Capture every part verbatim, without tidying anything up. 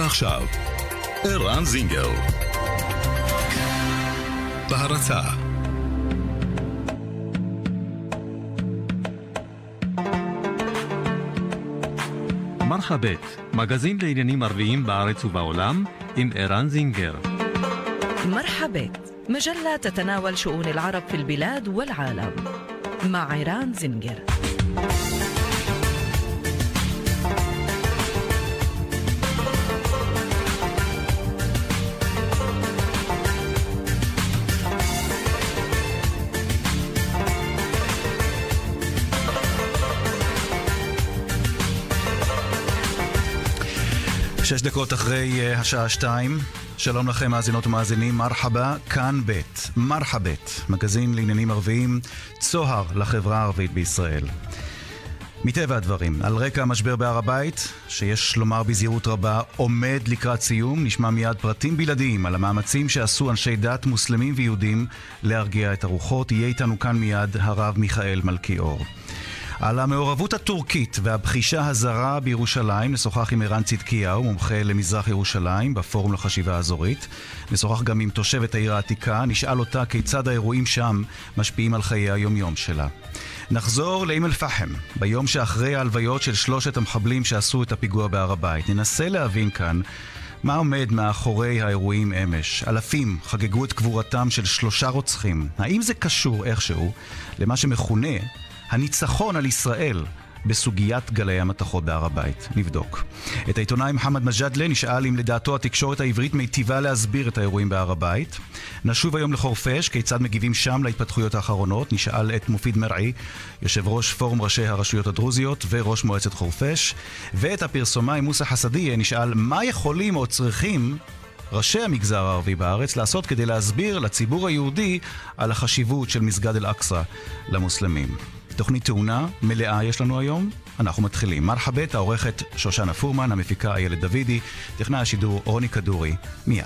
ועכשיו, ערן זינגר. בהרצה. מרחבת, מגזין לעניינים ערביים בארץ ובעולם, עם ערן זינגר. مرحبت مجلة تتناول شؤون العرب في البلاد والعالم مع عران زنجر. שש דקות אחרי השעה שתיים, שלום לכם מאזינות ומאזינים, מרחבה, כאן בית, מרחבת, מגזין לעניינים ערביים, צוהר לחברה הערבית בישראל. מטבע הדברים, על רקע המשבר בהר הבית, שיש לומר בזהירות רבה, עומד לקראת סיום, נשמע מיד פרטים בלעדיים על המאמצים שעשו אנשי דת מוסלמים ויהודים להרגיע את הרוחות. יהיה איתנו כאן מיד הרב מיכאל מלכיאור. על המעורבות הטורקית והבחישה הזרה בירושלים נשוחח עם ערן צדקיהו, מומחה למזרח ירושלים בפורום לחשיבה האזורית. נשוחח גם עם תושבת העיר העתיקה, נשאל אותה כיצד האירועים שם משפיעים על חיי היום-יום שלה. נחזור לאום אל-פחם, ביום שאחרי ההלוויות של שלושת המחבלים שעשו את הפיגוע בהר הבית. ננסה להבין כאן מה עומד מאחורי האירועים אמש. אלפים חגגו את קבורתם של שלושה רוצחים. האם זה קשור איכשהו למה שמכונה הניצחון על ישראל בסוגיית גלי המתחות בהר הבית? נבדוק. את העיתונאי מוחמד מג'אדלה נשאל אם לדעתו התקשורת העברית מיטיבה להסביר את האירועים בהר הבית. נשוב היום לחורפיש, כיצד מגיבים שם להתפתחויות האחרונות. נשאל את מופיד מרעי, יושב ראש פורום ראשי הרשויות הדרוזיות וראש מועצת חורפיש. ואת הפרסומאי מוסא חסדיה נשאל מה יכולים או צריכים ראשי המגזר הערבי בארץ לעשות כדי להסביר לציבור היהודי על החשיבות של מסגד אל-אקצא למוסלמים. תוכנית תאונה מלאה יש לנו היום. אנחנו מתחילים. מרחבת, העורכת שושנה פורמן, המפיקה איילת דוידי, טכנאי השידור רוני כדורי. מיד.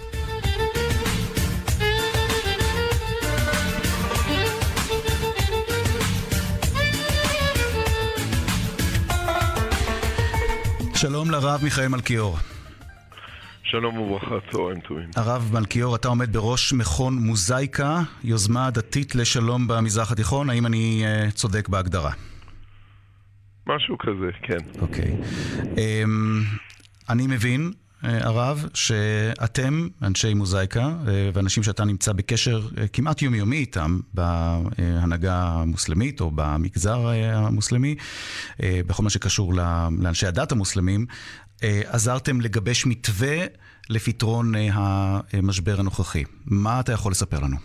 שלום לרב מיכאל מלכיאור. שלום וברכה, צהריים טובים. הרב מלכיאור, אתה עומד בראש מכון מוזאיקה, יוזמה דתית לשלום במזרח התיכון. האם אני uh, צודק בהגדרה? משהו כזה, כן. אוקיי. Um, אני מבין, uh, הרב, שאתם, אנשי מוזאיקה, uh, ואנשים שאתה נמצא בקשר uh, כמעט יומיומי איתם, בהנהגה המוסלמית או במגזר uh, המוסלמי, uh, בכל מה שקשור לאנשי הדת המוסלמים, עזרתם לגבש מתווה לפתרון המשבר הנוכחי. מה אתה יכול לספר לנו?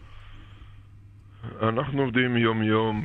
אנחנו עובדים יום יום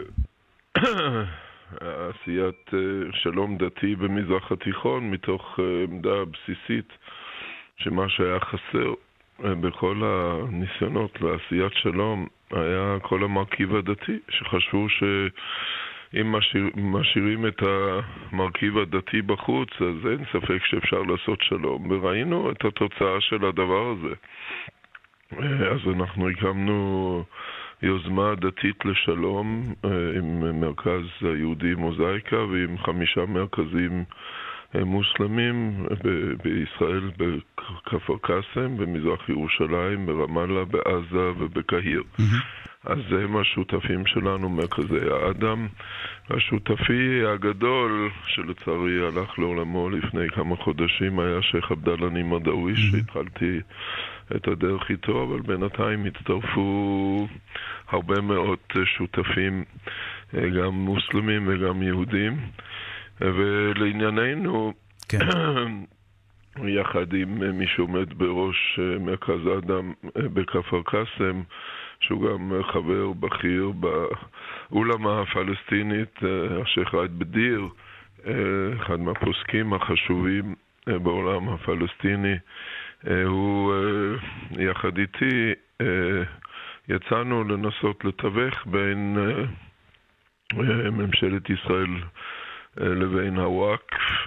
בעשיית שלום דתי במזרח התיכון, מתוך עמדה בסיסית שמה שהיה חסר בכל הניסיונות לעשיית שלום היה כל המרכיב הדתי, שחשבו ש אם משאיר, משאירים את המרכיב הדתי בחוץ, אז אין ספק שאפשר לעשות שלום. וראינו את התוצאה של הדבר הזה. אז אנחנו הקמנו יוזמה דתית לשלום עם מרכז היהודי מוזאיקה ועם חמישה מרכזים מוסלמים ב- בישראל, בכפר קאסם, במזרח ירושלים, ברמאללה, בעזה ובקהיר. אז הם השותפים שלנו, מרכזי האדם. השותפי הגדול שלצערי הלך לעולמו לפני כמה חודשים היה שייח עבדאללה נימרדאוויש, שהתחלתי את הדרך איתו, אבל בינתיים הצטרפו הרבה מאוד שותפים, גם מוסלמים וגם יהודים. ולענייננו, כן. יחד עם מי שעומד בראש מרכז האדם בכפר קאסם, שהוא גם חבר בכיר באולמה הפלסטינית, השייח ראאד בדיר, אחד מהפוסקים החשובים בעולם הפלסטיני, הוא יחד איתי יצאנו לנסות לתווך בין ממשלת ישראל לבין הוואקף,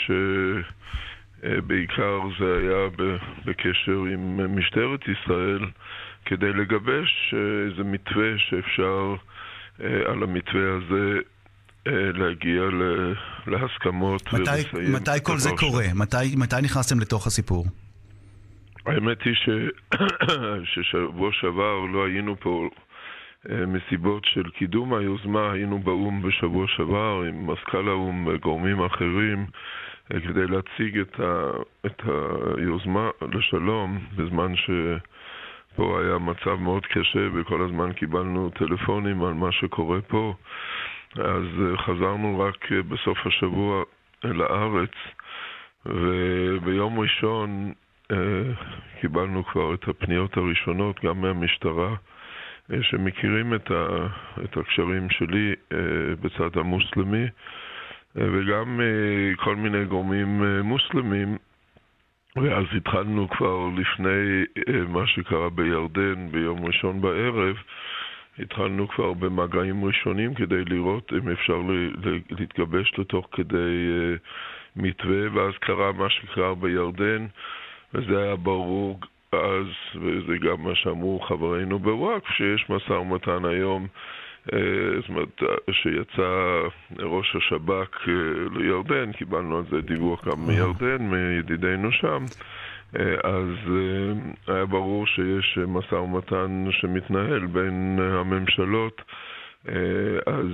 שבעיקר זה היה בקשר עם משטרת ישראל, כדי לגבש איזה מתווה שאפשר על המתווה הזה להגיע להסכמות. מתי, מתי כל זה קורה? מתי, מתי נכנסתם לתוך הסיפור? האמת היא ש... ששבוע שעבר לא היינו פה מסיבות של קידום היוזמה, היינו באום בשבוע שעבר עם מזכ"ל האום וגורמים אחרים כדי להציג את, ה... את היוזמה לשלום, בזמן שפה היה מצב מאוד קשה וכל הזמן קיבלנו טלפונים על מה שקורה פה. אז חזרנו רק בסוף השבוע לארץ, וביום ראשון קיבלנו כבר את הפניות הראשונות גם מהמשטרה שמכירים את, ה, את הקשרים שלי בצד המוסלמי, וגם כל מיני גורמים מוסלמים. ואז התחלנו כבר לפני מה שקרה בירדן ביום ראשון בערב, התחלנו כבר במגעים ראשונים כדי לראות אם אפשר להתגבש לתוך כדי מתווה, ואז קרה מה שקרה בירדן, וזה היה ברור אז, וזה גם מה שאמרו חברינו בוואקף, שיש משא ומתן היום, זאת אומרת, שיצא ראש השב"כ לירדן, קיבלנו על זה דיווח גם מירדן, מידידינו שם, אז היה ברור שיש משא ומתן שמתנהל בין הממשלות, אז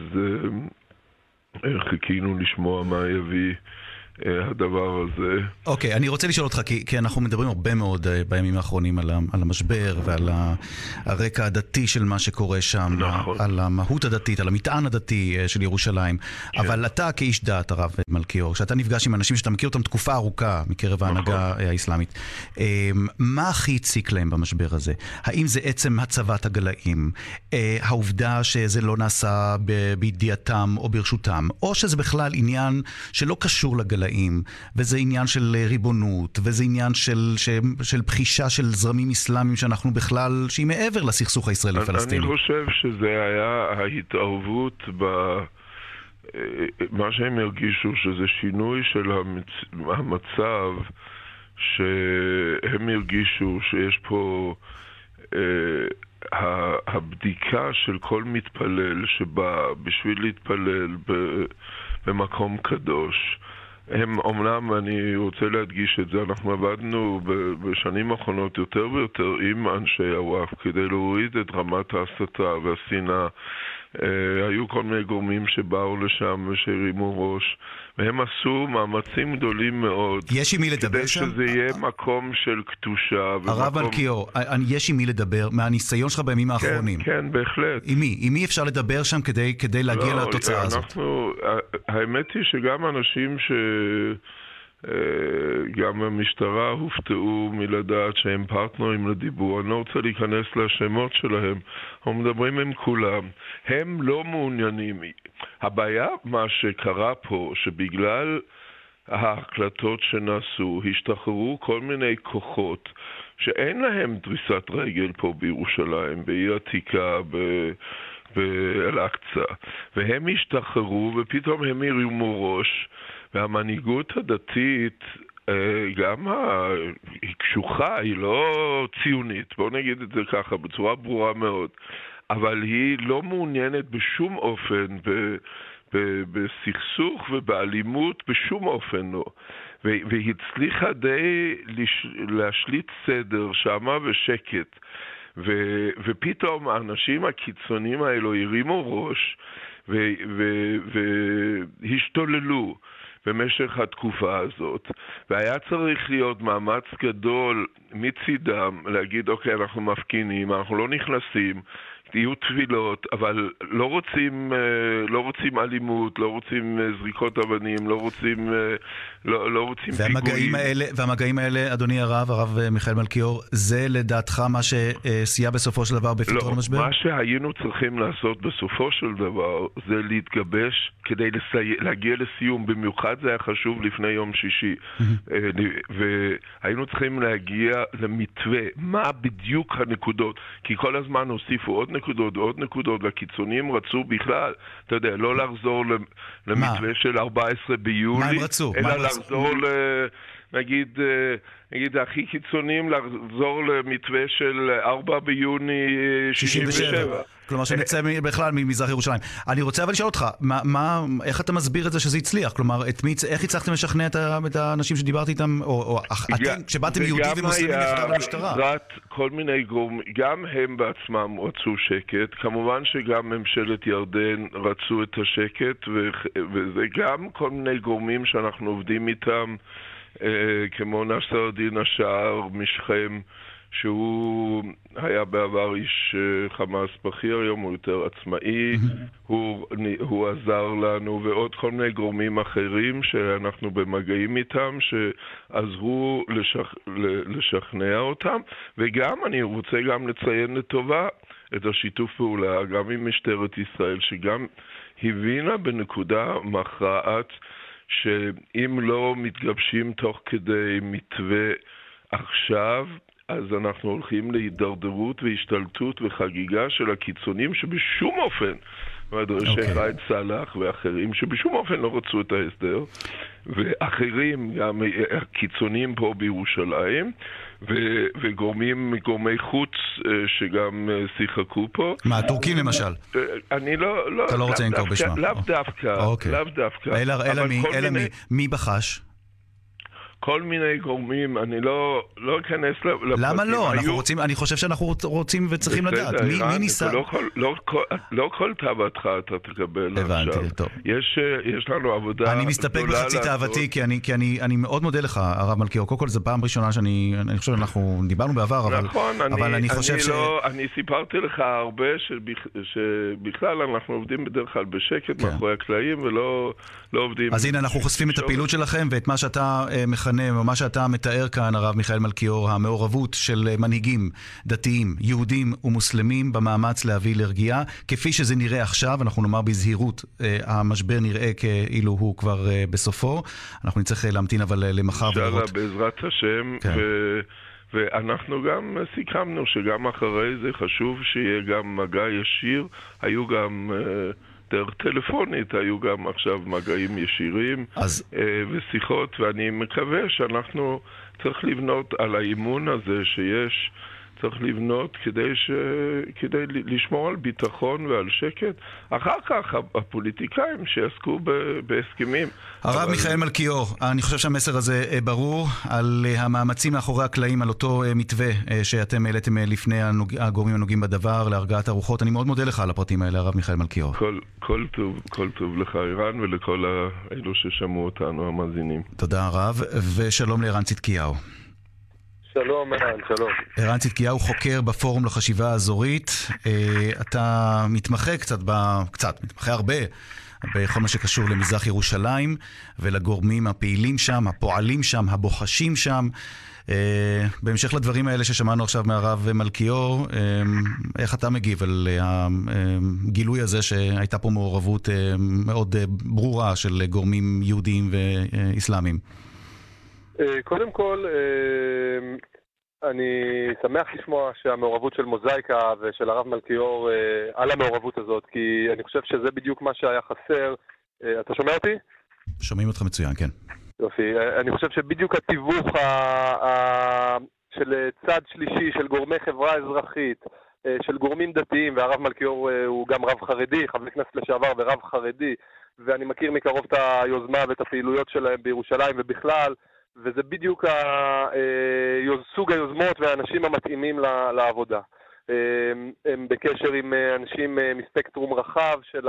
חיכינו לשמוע מה יביא הדבר הזה. אוקיי, אני רוצה לשאול אותך, כי, כי אנחנו מדברים הרבה מאוד בימים האחרונים על, על המשבר ועל הרקע הדתי של מה שקורה שם, נכון. על המהות הדתית, על המטען הדתי של ירושלים. כן. אבל אתה כאיש דת, הרב מלכיאור, כשאתה נפגש עם אנשים שאתה מכיר אותם תקופה ארוכה מקרב ההנהגה נכון. האסלאמית, מה הכי הציק להם במשבר הזה? האם זה עצם הצבת הגלאים? העובדה שזה לא נעשה בידיעתם או ברשותם? או שזה בכלל עניין שלא קשור לגלאים? וזה עניין של ריבונות, וזה עניין של, של, של בחישה של זרמים אסלאמיים שאנחנו בכלל, שהיא מעבר לסכסוך הישראלי-פלסטיני. אני חושב שזה היה ההתערבות ב... מה שהם הרגישו שזה שינוי של המצ... המצב, שהם הרגישו שיש פה אה, הבדיקה של כל מתפלל שבא בשביל להתפלל ב... במקום קדוש. הם, אומנם אני רוצה להדגיש את זה, אנחנו עבדנו בשנים האחרונות יותר ויותר עם אנשי הוואף כדי להוריד את רמת ההסתה והשנאה. אה, היו כל מיני גורמים שבאו לשם ושהרימו ראש, והם עשו מאמצים גדולים מאוד. יש עם מי לדבר שם? כדי שזה יהיה מקום של קטושה. הרב מלכיאור, יש עם מי לדבר מהניסיון שלך בימים האחרונים? כן, כן, בהחלט. עם מי? עם מי אפשר לדבר שם כדי, כדי להגיע לא, לתוצאה הזאת? אנחנו, האמת היא שגם אנשים ש... גם המשטרה הופתעו מלדעת שהם פרטנרים לדיבור. אני לא רוצה להיכנס לשמות שלהם, אנחנו מדברים עם כולם. הם לא מעוניינים. הבעיה, מה שקרה פה, שבגלל ההקלטות שנעשו, השתחררו כל מיני כוחות שאין להם דריסת רגל פה בירושלים, בעיר עתיקה, ב... באל-אקצה, והם השתחררו ופתאום הם הרימו ראש, והמנהיגות הדתית גם הקשוחה, היא לא ציונית, בואו נגיד את זה ככה בצורה ברורה מאוד, אבל היא לא מעוניינת בשום אופן ב, ב, בסכסוך ובאלימות, בשום אופן לא, והיא הצליחה די להשליט סדר שמה ושקט, ו, ופתאום האנשים הקיצוניים האלו הרימו ראש ו, ו, והשתוללו במשך התקופה הזאת, והיה צריך להיות מאמץ גדול מצידם להגיד אוקיי, אנחנו מפגינים, אנחנו לא נכנסים, יהיו תפילות, אבל לא רוצים, לא רוצים אלימות, לא רוצים זריקות אבנים, לא רוצים, לא, לא רוצים פיגועים. והמגעים האלה, אדוני הרב, הרב מיכאל מלכיאור, זה לדעתך מה שסייע בסופו של דבר בפתרון המשבר? לא, מה שהיינו צריכים לעשות בסופו של דבר, זה להתגבש כדי לסי... להגיע לסיום, במיוחד זה היה חשוב לפני יום שישי, והיינו צריכים להגיע למתווה, מה בדיוק הנקודות, כי כל הזמן הוסיפו עוד נקודות, עוד נקודות, והקיצונים רצו בכלל, אתה יודע, לא לחזור למתווה של ארבעה עשר ביולי, מה הם רצו? אלא לחזור ל... נגיד, נגיד, הכי קיצוניים לחזור למתווה של ארבעה ביוני שישים ושבע. כלומר שנצא בכלל ממזרח ירושלים. אני רוצה אבל לשאול אותך, מה, מה, איך אתה מסביר את זה שזה הצליח? כלומר, את מי, איך הצלחתם לשכנע את, את האנשים שדיברתי איתם, או, או אתם, כשבאתם יהודים ומוסלמים נפגע למשטרה? בעזרת כל מיני גורמים, גם הם בעצמם רצו שקט, כמובן שגם ממשלת ירדן רצו את השקט, וזה גם כל מיני גורמים שאנחנו עובדים איתם, כמו נאסר א-דין א-שעאר משכם, שהוא היה בעבר איש חמאס בכיר, היום הוא יותר עצמאי, הוא, הוא עזר לנו, ועוד כל מיני גורמים אחרים שאנחנו במגעים איתם, שעזרו לשכ, לשכנע אותם, וגם אני רוצה גם לציין לטובה את השיתוף פעולה, גם עם משטרת ישראל, שגם הבינה בנקודה מכרעת, שאם לא מתגבשים תוך כדי מתווה עכשיו, אז אנחנו הולכים להידרדרות והשתלטות וחגיגה של הקיצונים שבשום אופן, שייח' ראאד סלאח ואחרים שבשום אופן לא רצו את ההסדר, ואחרים, גם הקיצונים פה בירושלים, ו- וגורמים, גורמי חוץ שגם שיחקו פה. מה, הטורקים למשל? אני לא... לא אתה לא רוצה לנקור בשמה. לאו דווקא, לאו דווקא. אלא מי, אלא מי, מי בחש? כל מיני גורמים, אני לא, לא אכנס לפרטים. למה לא? אנחנו רוצים, אני חושב שאנחנו רוצים וצריכים לדעת. מי, מי ניסה? לא כל, לא כל, לא כל תאוותך אתה תקבל עכשיו. הבנתי, טוב. יש, יש לנו עבודה... אני מסתפק בחצי תאוותי, כי אני, כי אני, אני מאוד מודה לך, הרב מלכיאור. קודם כל, זו פעם ראשונה שאני, אני חושב שאנחנו דיברנו בעבר, אבל, נכון, אבל אני, אני חושב אני ש... לא, אני סיפרתי לך הרבה שבכ, שבכלל אנחנו עובדים בדרך כלל בשקט, כן. מאחורי הקלעים, ולא לא עובדים... אז הנה, אנחנו חושפים את הפעילות שלכם, ואת מה שאתה מכנה, או מה שאתה מתאר כאן, הרב מיכאל מלכיאור, המעורבות של מנהיגים דתיים, יהודים ומוסלמים במאמץ להביא לרגיעה. כפי שזה נראה עכשיו, אנחנו נאמר בזהירות, המשבר נראה כאילו הוא כבר בסופו. אנחנו נצטרך להמתין אבל למחר ולראות. בעזרת השם, כן. ו... ואנחנו גם סיכמנו שגם אחרי זה חשוב שיהיה גם מגע ישיר, היו גם... דרך טלפונית, היו גם עכשיו מגעים ישירים אז... ושיחות, ואני מקווה שאנחנו צריך לבנות על האימון הזה שיש, צריך לבנות כדי, ש... כדי לשמור על ביטחון ועל שקט. אחר כך הפוליטיקאים שיעסקו ב... בהסכמים. הרב אבל... מיכאל מלכיאור, אני חושב שהמסר הזה ברור על המאמצים מאחורי הקלעים, על אותו מתווה שאתם העליתם לפני הגורמים הנוגעים בדבר, להרגעת הרוחות. אני מאוד מודה לך על הפרטים האלה, הרב מיכאל מלכיאור. כל, כל טוב, כל טוב לך ערן ולכל האלו ששמעו אותנו, המאזינים. תודה הרב, ושלום לערן צדקיהו. שלום, ערן, שלום. ערן צדקיהו חוקר בפורום לחשיבה האזורית. אתה מתמחה קצת, ב... קצת, מתמחה הרבה, בכל מה שקשור למזרח ירושלים, ולגורמים הפעילים שם, הפועלים שם, הבוחשים שם. בהמשך לדברים האלה ששמענו עכשיו מהרב מלכיאור, איך אתה מגיב על הגילוי הזה שהייתה פה מעורבות מאוד ברורה של גורמים יהודיים ואסלאמיים? קודם כל, אני שמח לשמוע שהמעורבות של מוזאיקה ושל הרב מלכיאור על המעורבות הזאת, כי אני חושב שזה בדיוק מה שהיה חסר. אתה שומע אותי? שומעים אותך מצוין, כן. יופי. אני חושב שבדיוק התיווך של צד שלישי, של גורמי חברה אזרחית, של גורמים דתיים, והרב מלכיאור הוא גם רב חרדי, חבר כנסת לשעבר ורב חרדי, ואני מכיר מקרוב את היוזמה ואת הפעילויות שלהם בירושלים ובכלל, וזה בדיוק סוג היוזמות והאנשים המתאימים לעבודה. הם בקשר עם אנשים מספקטרום רחב של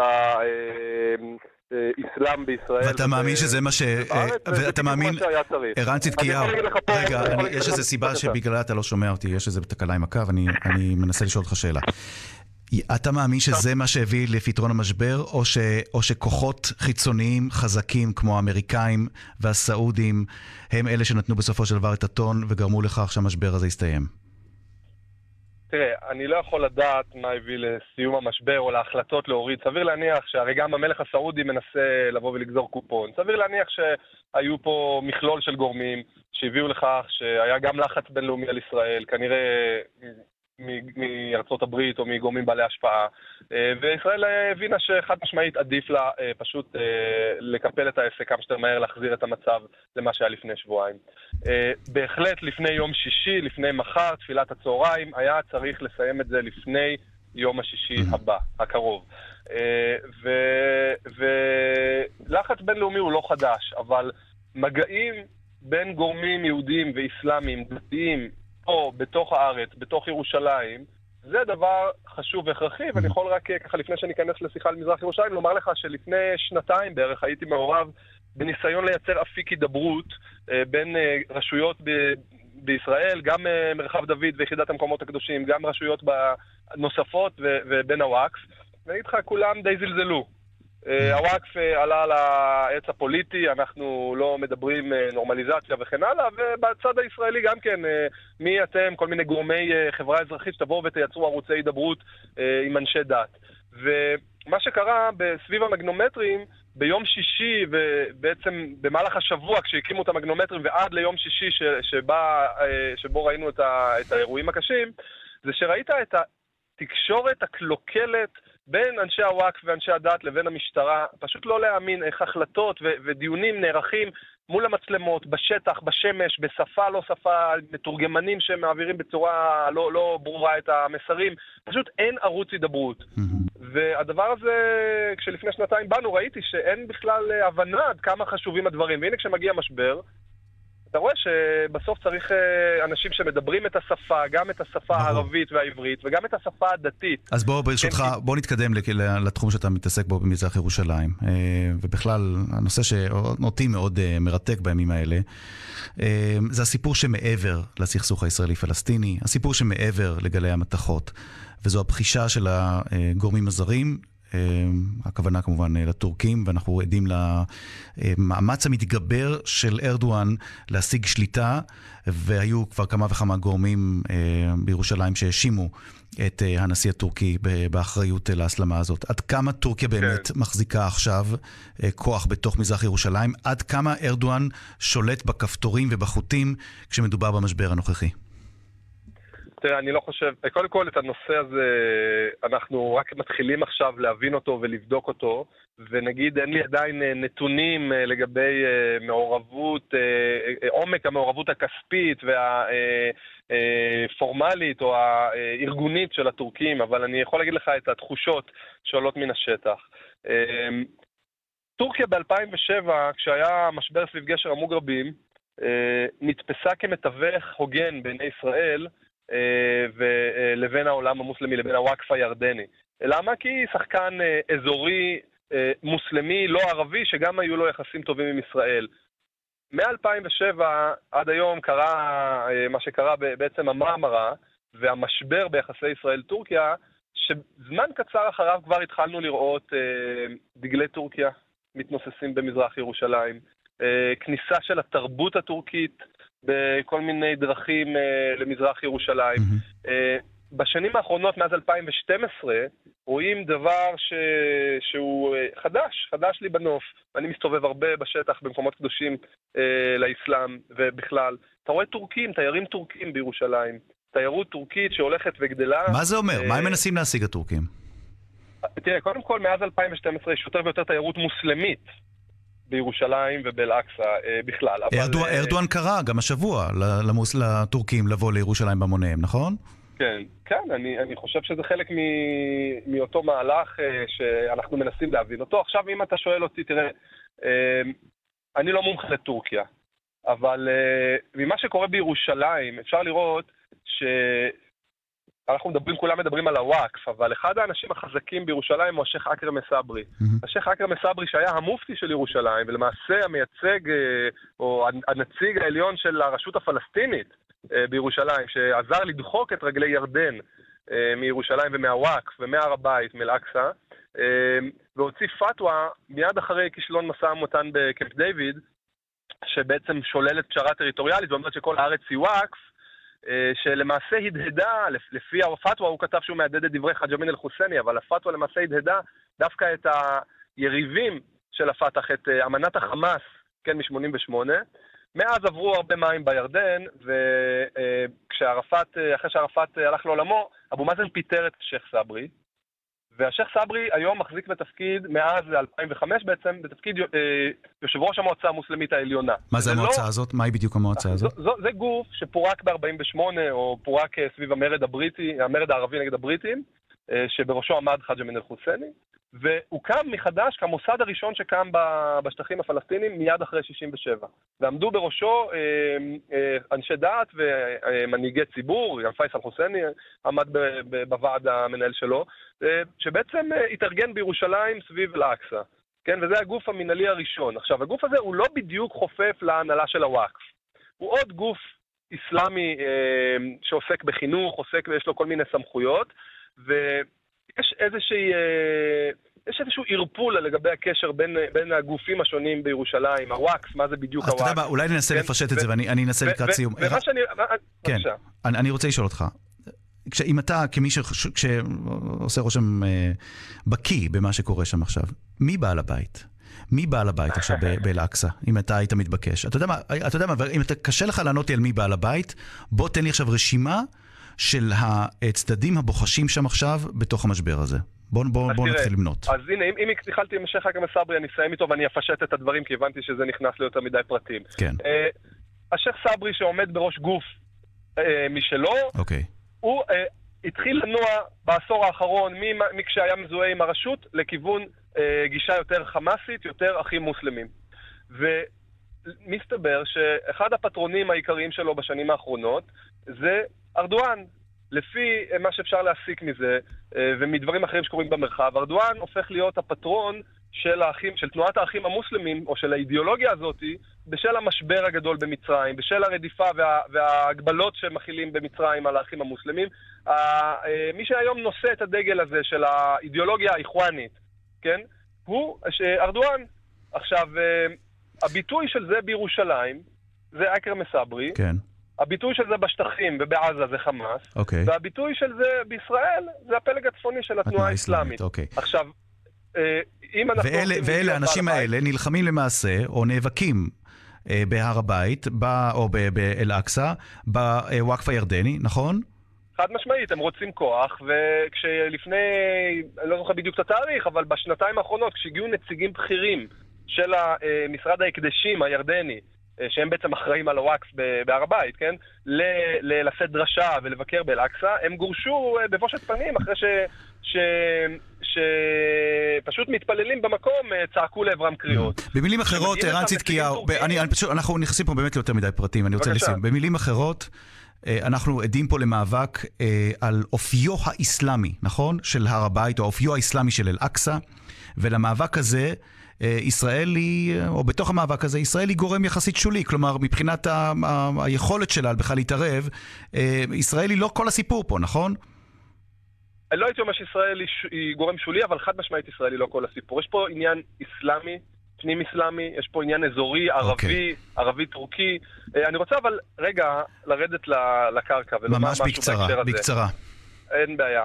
האסלאם בישראל. ואתה מאמין שזה מה ש... ואתה מאמין... ערן צדקיהו, רגע, יש איזו סיבה שבגללה אתה לא שומע אותי, יש איזו תקלה עם הקו, אני מנסה לשאול אותך שאלה. אתה מאמין שזה מה שהביא לפתרון המשבר, או, ש, או שכוחות חיצוניים חזקים כמו האמריקאים והסעודים הם אלה שנתנו בסופו של דבר את הטון וגרמו לכך שהמשבר הזה יסתיים? תראה, אני לא יכול לדעת מה הביא לסיום המשבר או להחלטות להוריד. סביר להניח שהרי גם המלך הסעודי מנסה לבוא ולגזור קופון. סביר להניח שהיו פה מכלול של גורמים שהביאו לכך שהיה גם לחץ בינלאומי על ישראל, כנראה מארצות הברית או מגורמים בעלי השפעה, וישראל הבינה שחד משמעית עדיף לה פשוט לקפל את העסק כמה שיותר מהר, להחזיר את המצב למה שהיה לפני שבועיים. בהחלט לפני יום שישי, לפני מחר, תפילת הצהריים, היה צריך לסיים את זה לפני יום השישי הבא, הקרוב. ולחץ בינלאומי הוא לא חדש, אבל מגעים בין גורמים יהודים ואסלאמיים, דתיים, פה, בתוך הארץ, בתוך ירושלים, זה דבר חשוב והכרחי, ואני יכול רק ככה לפני שאני אכנס לשיחה על מזרח ירושלים, לומר לך שלפני שנתיים בערך הייתי מעורב בניסיון לייצר אפיק הידברות בין רשויות ב- בישראל, גם מרחב דוד ויחידת המקומות הקדושים, גם רשויות נוספות ו- ובין הוואקף. ואני אגיד לך, כולם די זלזלו. הוואקף עלה על העץ הפוליטי, אנחנו לא מדברים נורמליזציה וכן הלאה, ובצד הישראלי גם כן, מי אתם, כל מיני גורמי חברה אזרחית שתבואו ותייצרו ערוצי הידברות עם אנשי דת. ומה שקרה בסביב המגנומטרים, ביום שישי, ובעצם במהלך השבוע, כשהקימו את המגנומטרים ועד ליום שישי שבה, שבו ראינו את, ה, את האירועים הקשים, זה שראית את התקשורת הקלוקלת בין אנשי הוואקף ואנשי הדת לבין המשטרה, פשוט לא להאמין איך החלטות ו- ודיונים נערכים מול המצלמות, בשטח, בשמש, בשפה לא שפה, מתורגמנים שמעבירים בצורה לא, לא ברורה את המסרים, פשוט אין ערוץ הידברות. והדבר הזה, כשלפני שנתיים באנו, ראיתי שאין בכלל הבנה עד כמה חשובים הדברים, והנה כשמגיע משבר, אתה רואה שבסוף צריך אנשים שמדברים את השפה, גם את השפה הערבית והעברית, וגם את השפה הדתית. אז בוא, ברשותך, בוא נתקדם לתחום שאתה מתעסק בו במזרח ירושלים. ובכלל, הנושא שאותי מאוד מרתק בימים האלה, זה הסיפור שמעבר לסכסוך הישראלי-פלסטיני, הסיפור שמעבר לגלי המתחות, וזו הבחישה של הגורמים הזרים, הכוונה כמובן לטורקים, ואנחנו עדים למאמץ המתגבר של ארדואן להשיג שליטה, והיו כבר כמה וכמה גורמים בירושלים שהאשימו את הנשיא הטורקי באחריות להסלמה הזאת. עד כמה טורקיה באמת כן. מחזיקה עכשיו כוח בתוך מזרח ירושלים? עד כמה ארדואן שולט בכפתורים ובחוטים כשמדובר במשבר הנוכחי? תראה, אני לא חושב, קודם כל את הנושא הזה, אנחנו רק מתחילים עכשיו להבין אותו ולבדוק אותו, ונגיד אין לי עדיין נתונים לגבי מעורבות, עומק המעורבות הכספית והפורמלית או הארגונית של הטורקים, אבל אני יכול להגיד לך את התחושות שעולות מן השטח. טורקיה ב-אלפיים ושבע, כשהיה משבר סביב גשר המוגרבים, נתפסה כמתווך הוגן בין ישראל, ולבין העולם המוסלמי, לבין הוואקף הירדני. למה? כי שחקן אזורי מוסלמי, לא ערבי, שגם היו לו יחסים טובים עם ישראל. מ-אלפיים ושבע עד היום קרה מה שקרה בעצם המרמרה, והמשבר ביחסי ישראל-טורקיה, שזמן קצר אחריו כבר התחלנו לראות דגלי טורקיה מתנוססים במזרח ירושלים, כניסה של התרבות הטורקית, בכל מיני דרכים uh, למזרח ירושלים. Mm-hmm. Uh, בשנים האחרונות, מאז אלפיים ושתים עשרה, רואים דבר ש... שהוא uh, חדש, חדש לי בנוף. אני מסתובב הרבה בשטח, במקומות קדושים uh, לאסלאם ובכלל. אתה רואה טורקים, תיירים טורקים בירושלים. תיירות טורקית שהולכת וגדלה. מה זה אומר? Uh, מה הם מנסים להשיג הטורקים? תראה, קודם כל, מאז אלפיים ושתים עשרה יש יותר ויותר תיירות מוסלמית. בירושלים ובאל-אקצה אה, בכלל. ארדואן, אבל... ארדואן קרא גם השבוע למוס, לטורקים לבוא לירושלים במוניהם, נכון? כן, כן, אני, אני חושב שזה חלק מ, מאותו מהלך אה, שאנחנו מנסים להבין אותו. עכשיו, אם אתה שואל אותי, תראה, אה, אני לא מומחה לטורקיה, אבל אה, ממה שקורה בירושלים, אפשר לראות ש... אנחנו מדברים, כולם מדברים על הוואקף, אבל אחד האנשים החזקים בירושלים הוא השייך אכרם א-סברי. Mm-hmm. השייך אכרם א-סברי שהיה המופתי של ירושלים, ולמעשה המייצג, או הנציג העליון של הרשות הפלסטינית בירושלים, שעזר לדחוק את רגלי ירדן מירושלים ומהוואקף ומהר הבית, מאל-אקצה, והוציא פתווה מיד אחרי כישלון משא ומתן בקמפ דיוויד, שבעצם שוללת פשרה טריטוריאלית, זאת אומרת שכל הארץ היא וואקף, שלמעשה הדהדה, לפי הפתווה הוא כתב שהוא מעדד את דברי חאג' אמין אל-חוסייני, אבל הפתווה למעשה הדהדה דווקא את היריבים של הפתח, את אמנת החמאס, כן, מ-שמונים ושמונה. מאז עברו הרבה מים בירדן, וכשערפאת, אחרי שערפאת הלך לעולמו, אבו מאזן פיטר את השייך סברי, והשייך סברי היום מחזיק בתפקיד, מאז אלפיים וחמש בעצם, בתפקיד יושב ראש המועצה המוסלמית העליונה. מה זה המועצה הזאת? מהי בדיוק המועצה הזאת? זה גוף שפורק ב-ארבעים ושמונה, או פורק סביב המרד הבריטי, המרד הערבי נגד הבריטים, שבראשו עמד חאג' אמין אל-חוסייני, והוקם מחדש כמוסד הראשון שקם בשטחים הפלסטינים מיד אחרי שישים ושבע. ועמדו בראשו אנשי דעת ומנהיגי ציבור, גם פייסל חוסייני עמד בוועד המנהל שלו, שבעצם התארגן בירושלים סביב אל-אקצא. כן, וזה הגוף המנהלי הראשון. עכשיו, הגוף הזה הוא לא בדיוק חופף להנהלה של הוואקף. הוא עוד גוף איסלאמי אה, שעוסק בחינוך, עוסק ויש לו כל מיני סמכויות, ויש איזושהי, אה, יש איזשהו ערפול לגבי הקשר בין, בין הגופים השונים בירושלים, הוואקף, מה זה בדיוק הוואקף. אז אתה יודע מה, אולי ננסה כן? לפשט ו- את זה, ואני אני אנסה לקראת סיום. ומה שאני... כן, אני, אני רוצה לשאול אותך. אם אתה, כמי שעושה רושם בקי במה שקורה שם עכשיו, מי בעל הבית? מי בעל הבית עכשיו באל-אקצא, אם אתה היית מתבקש? אתה יודע מה, אתה יודע מה, אם אתה קשה לך לענות לי על מי בעל הבית, בוא תן לי עכשיו רשימה של הצדדים הבוחשים שם עכשיו בתוך המשבר הזה. בוא, בוא, בוא נתחיל למנות. אז הנה, אם, אם התחלתי עם השייח חאכם א-סברי, אני אסיים איתו ואני אפשט את הדברים, כי הבנתי שזה נכנס ליותר מדי פרטים. כן. השייח סברי שעומד בראש גוף משלו, אוקיי. הוא uh, התחיל לנוע בעשור האחרון מכשהיה מזוהה עם הרשות לכיוון uh, גישה יותר חמאסית, יותר אחים מוסלמים. ומסתבר שאחד הפטרונים העיקריים שלו בשנים האחרונות זה ארדואן. לפי uh, מה שאפשר להסיק מזה uh, ומדברים אחרים שקורים במרחב, ארדואן הופך להיות הפטרון של האחים, של תנועת האחים המוסלמים, או של האידיאולוגיה הזאת, בשל המשבר הגדול במצרים, בשל הרדיפה וה, וההגבלות שמכילים במצרים על האחים המוסלמים. מי שהיום נושא את הדגל הזה של האידיאולוגיה האיחואנית, כן? הוא ארדואן. עכשיו, הביטוי של זה בירושלים, זה עכרמה סברי. כן. הביטוי של זה בשטחים ובעזה זה חמאס. אוקיי. והביטוי של זה בישראל זה הפלג הצפוני של התנועה האסלאמית. אוקיי. עכשיו, ואלה, ואלה, האנשים האלה נלחמים למעשה, או נאבקים אה, בהר הבית, ב, או באל-אקצא, בוואקף הירדני, נכון? חד משמעית, הם רוצים כוח, וכשלפני, אני לא זוכר בדיוק את התאריך, אבל בשנתיים האחרונות, כשהגיעו נציגים בכירים של משרד ההקדשים הירדני, שהם בעצם אחראים על הוואקף בהר הבית, כן? לשאת דרשה ולבקר באל-אקצא, הם גורשו בבושת פנים אחרי ש... ש... שפשוט מתפללים במקום, צעקו לעברם קריאות. במילים אחרות, ערן צדקיהו, אנחנו נכנסים פה באמת ליותר מדי פרטים, אני רוצה לסיים. במילים אחרות, אנחנו עדים פה למאבק על אופיו האסלאמי, נכון? של הר הבית, או אופיו האסלאמי של אל-אקצא, ולמאבק הזה, ישראל היא, או בתוך המאבק הזה, ישראל היא גורם יחסית שולי, כלומר, מבחינת ה- ה- היכולת שלה בכלל להתערב, ישראל היא לא כל הסיפור פה, נכון? אני לא הייתי אומר שישראל היא, ש... היא גורם שולי, אבל חד משמעית ישראל היא לא כל הסיפור. יש פה עניין איסלאמי, פנים איסלאמי, יש פה עניין אזורי, ערבי, okay. ערבי טורקי. אני רוצה אבל רגע לרדת לקרקע ולומר משהו בקצרה, בהקשר הזה. בקצרה. אין בעיה.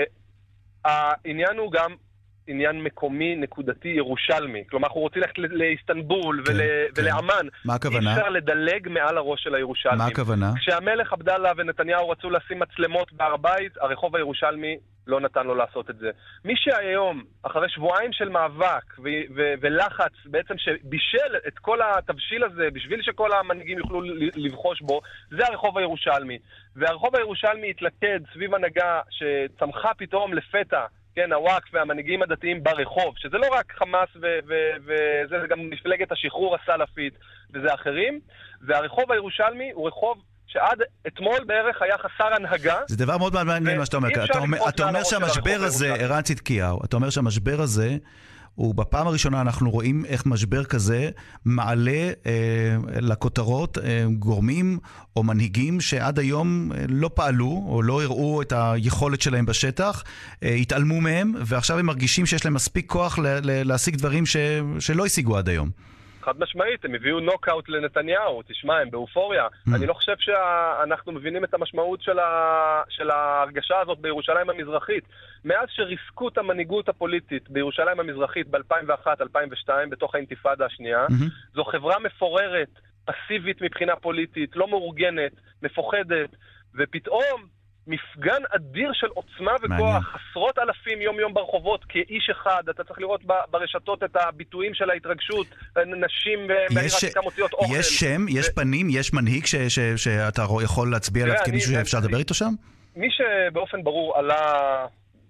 העניין הוא גם עניין מקומי, נקודתי, ירושלמי. כלומר, אנחנו רוצים ללכת לאיסטנבול כן, ול... כן. ולאמן. מה הכוונה? אי אפשר לדלג מעל הראש של הירושלמים. מה הכוונה? כשהמלך עבדאללה ונתניהו רצו לשים מצלמות בהר הבית, הרחוב הירושלמי לא נתן לו לעשות את זה. מי שהיום, אחרי שבועיים של מאבק ו- ו- ולחץ, בעצם שבישל את כל התבשיל הזה, בשביל שכל המנהיגים יוכלו לבחוש בו, זה הרחוב הירושלמי. והרחוב הירושלמי התלכד סביב הנהגה שצמחה פתאום לפתע, כן, הוואקף והמנהיגים הדתיים ברחוב, שזה לא רק חמאס וזה, ו- ו- זה גם מפלגת השחרור הסלאפית וזה אחרים, והרחוב הירושלמי הוא רחוב שעד אתמול בערך היה חסר הנהגה. זה דבר מאוד מעניין מה שאתה אומר. אתה אומר, אתה אומר שהמשבר הזה, ערן צדקיהו, אתה אומר שהמשבר הזה, ובפעם הראשונה אנחנו רואים איך משבר כזה מעלה אה, לכותרות אה, גורמים או מנהיגים שעד היום אה, לא פעלו או לא הראו את היכולת שלהם בשטח, אה, התעלמו מהם, ועכשיו הם מרגישים שיש להם מספיק כוח ל- ל- להשיג דברים ש- שלא השיגו עד היום. חד משמעית, הם הביאו נוקאוט לנתניהו, תשמע, הם באופוריה. Mm. אני לא חושב שאנחנו מבינים את המשמעות של, ה... של ההרגשה הזאת בירושלים המזרחית. מאז שריסקו את המנהיגות הפוליטית בירושלים המזרחית ב-אלפיים ואחת אלפיים ושתיים, בתוך האינתיפאדה השנייה, mm-hmm. זו חברה מפוררת, פסיבית מבחינה פוליטית, לא מאורגנת, מפוחדת, ופתאום מפגן אדיר של עוצמה וכוח, מעניין. עשרות אלפים יום יום ברחובות, כאיש אחד, אתה צריך לראות ברשתות את הביטויים של ההתרגשות, נשים בעיר העתיקה מוציאות אוכל. יש שם, ו... יש פנים, יש מנהיג ש- ש- ש- שאתה יכול להצביע עליו כמישהו שאפשר לדבר איתו שם? מי שבאופן ברור עלה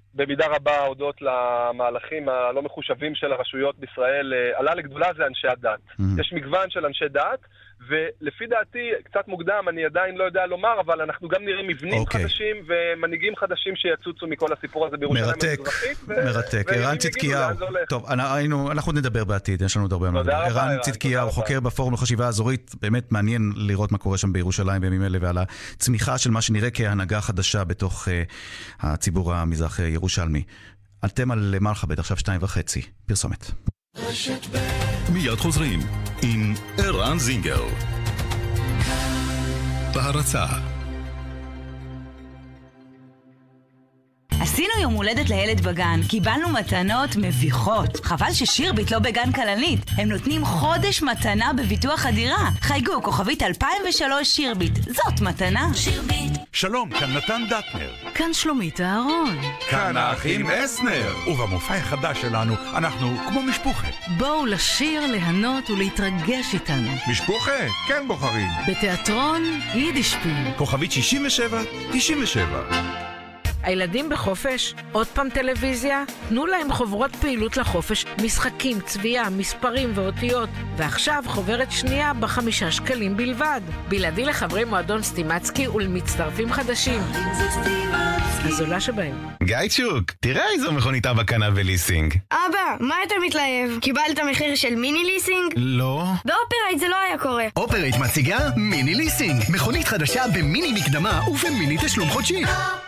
במידה רבה הודות למהלכים הלא מחושבים של הרשויות בישראל, עלה לגדולה זה אנשי הדת. Mm-hmm. יש מגוון של אנשי דת, ולפי דעתי, קצת מוקדם, אני עדיין לא יודע לומר, אבל אנחנו גם נראה מבנים okay. חדשים ומנהיגים חדשים שיצוצו מכל הסיפור הזה בירושלים המזרחית. מרתק, מרתק. ערן צדקיהו. טוב, אנחנו, אנחנו נדבר בעתיד, יש לנו עוד הרבה מה לדבר. ערן צדקיהו, חוקר בפורום לחשיבה האזורית, באמת מעניין לראות מה קורה שם בירושלים בימים אלה, ועל הצמיחה של מה שנראה כהנהגה חדשה בתוך uh, הציבור המזרח ירושלמי. אתם על מרחבת, עכשיו שתיים וחצי. פרסומת. מיד חוזרים עם ערן זינגר. בהרצה. עשינו יום הולדת לילד בגן, קיבלנו מתנות מביכות. חבל ששירביט לא בגן כלנית. הם נותנים חודש מתנה בביטוח הדירה. חייגו כוכבית אלפיים ושלוש שירביט. זאת מתנה. שירביט. שלום, כאן נתן דטנר. כאן שלומית אהרון. כאן האחים אסנר. ובמופע החדש שלנו אנחנו כמו משפוחה. בואו לשיר, ליהנות ולהתרגש איתנו. משפוחה? כן בוחרים. בתיאטרון יידישפיל. כוכבית שישים ושבע תשעים ושבע. הילדים בחופש? עוד פעם טלוויזיה? תנו להם חוברות פעילות לחופש, משחקים, צביעה, מספרים ואותיות. ועכשיו חוברת שנייה בחמישה שקלים בלבד. בלעדי לחברי מועדון סטימצקי ולמצטרפים חדשים. הזולה שבהם. גייצ'וק, תראה איזו מכונית אבא קנה בליסינג. אבא, מה אתה מתלהב? קיבלת מחיר של מיני ליסינג? לא. באופרייט זה לא היה קורה. אופרייט מציגה מיני ליסינג. מכונית חדשה במיני מקדמה ובמיני תשלום חודשי.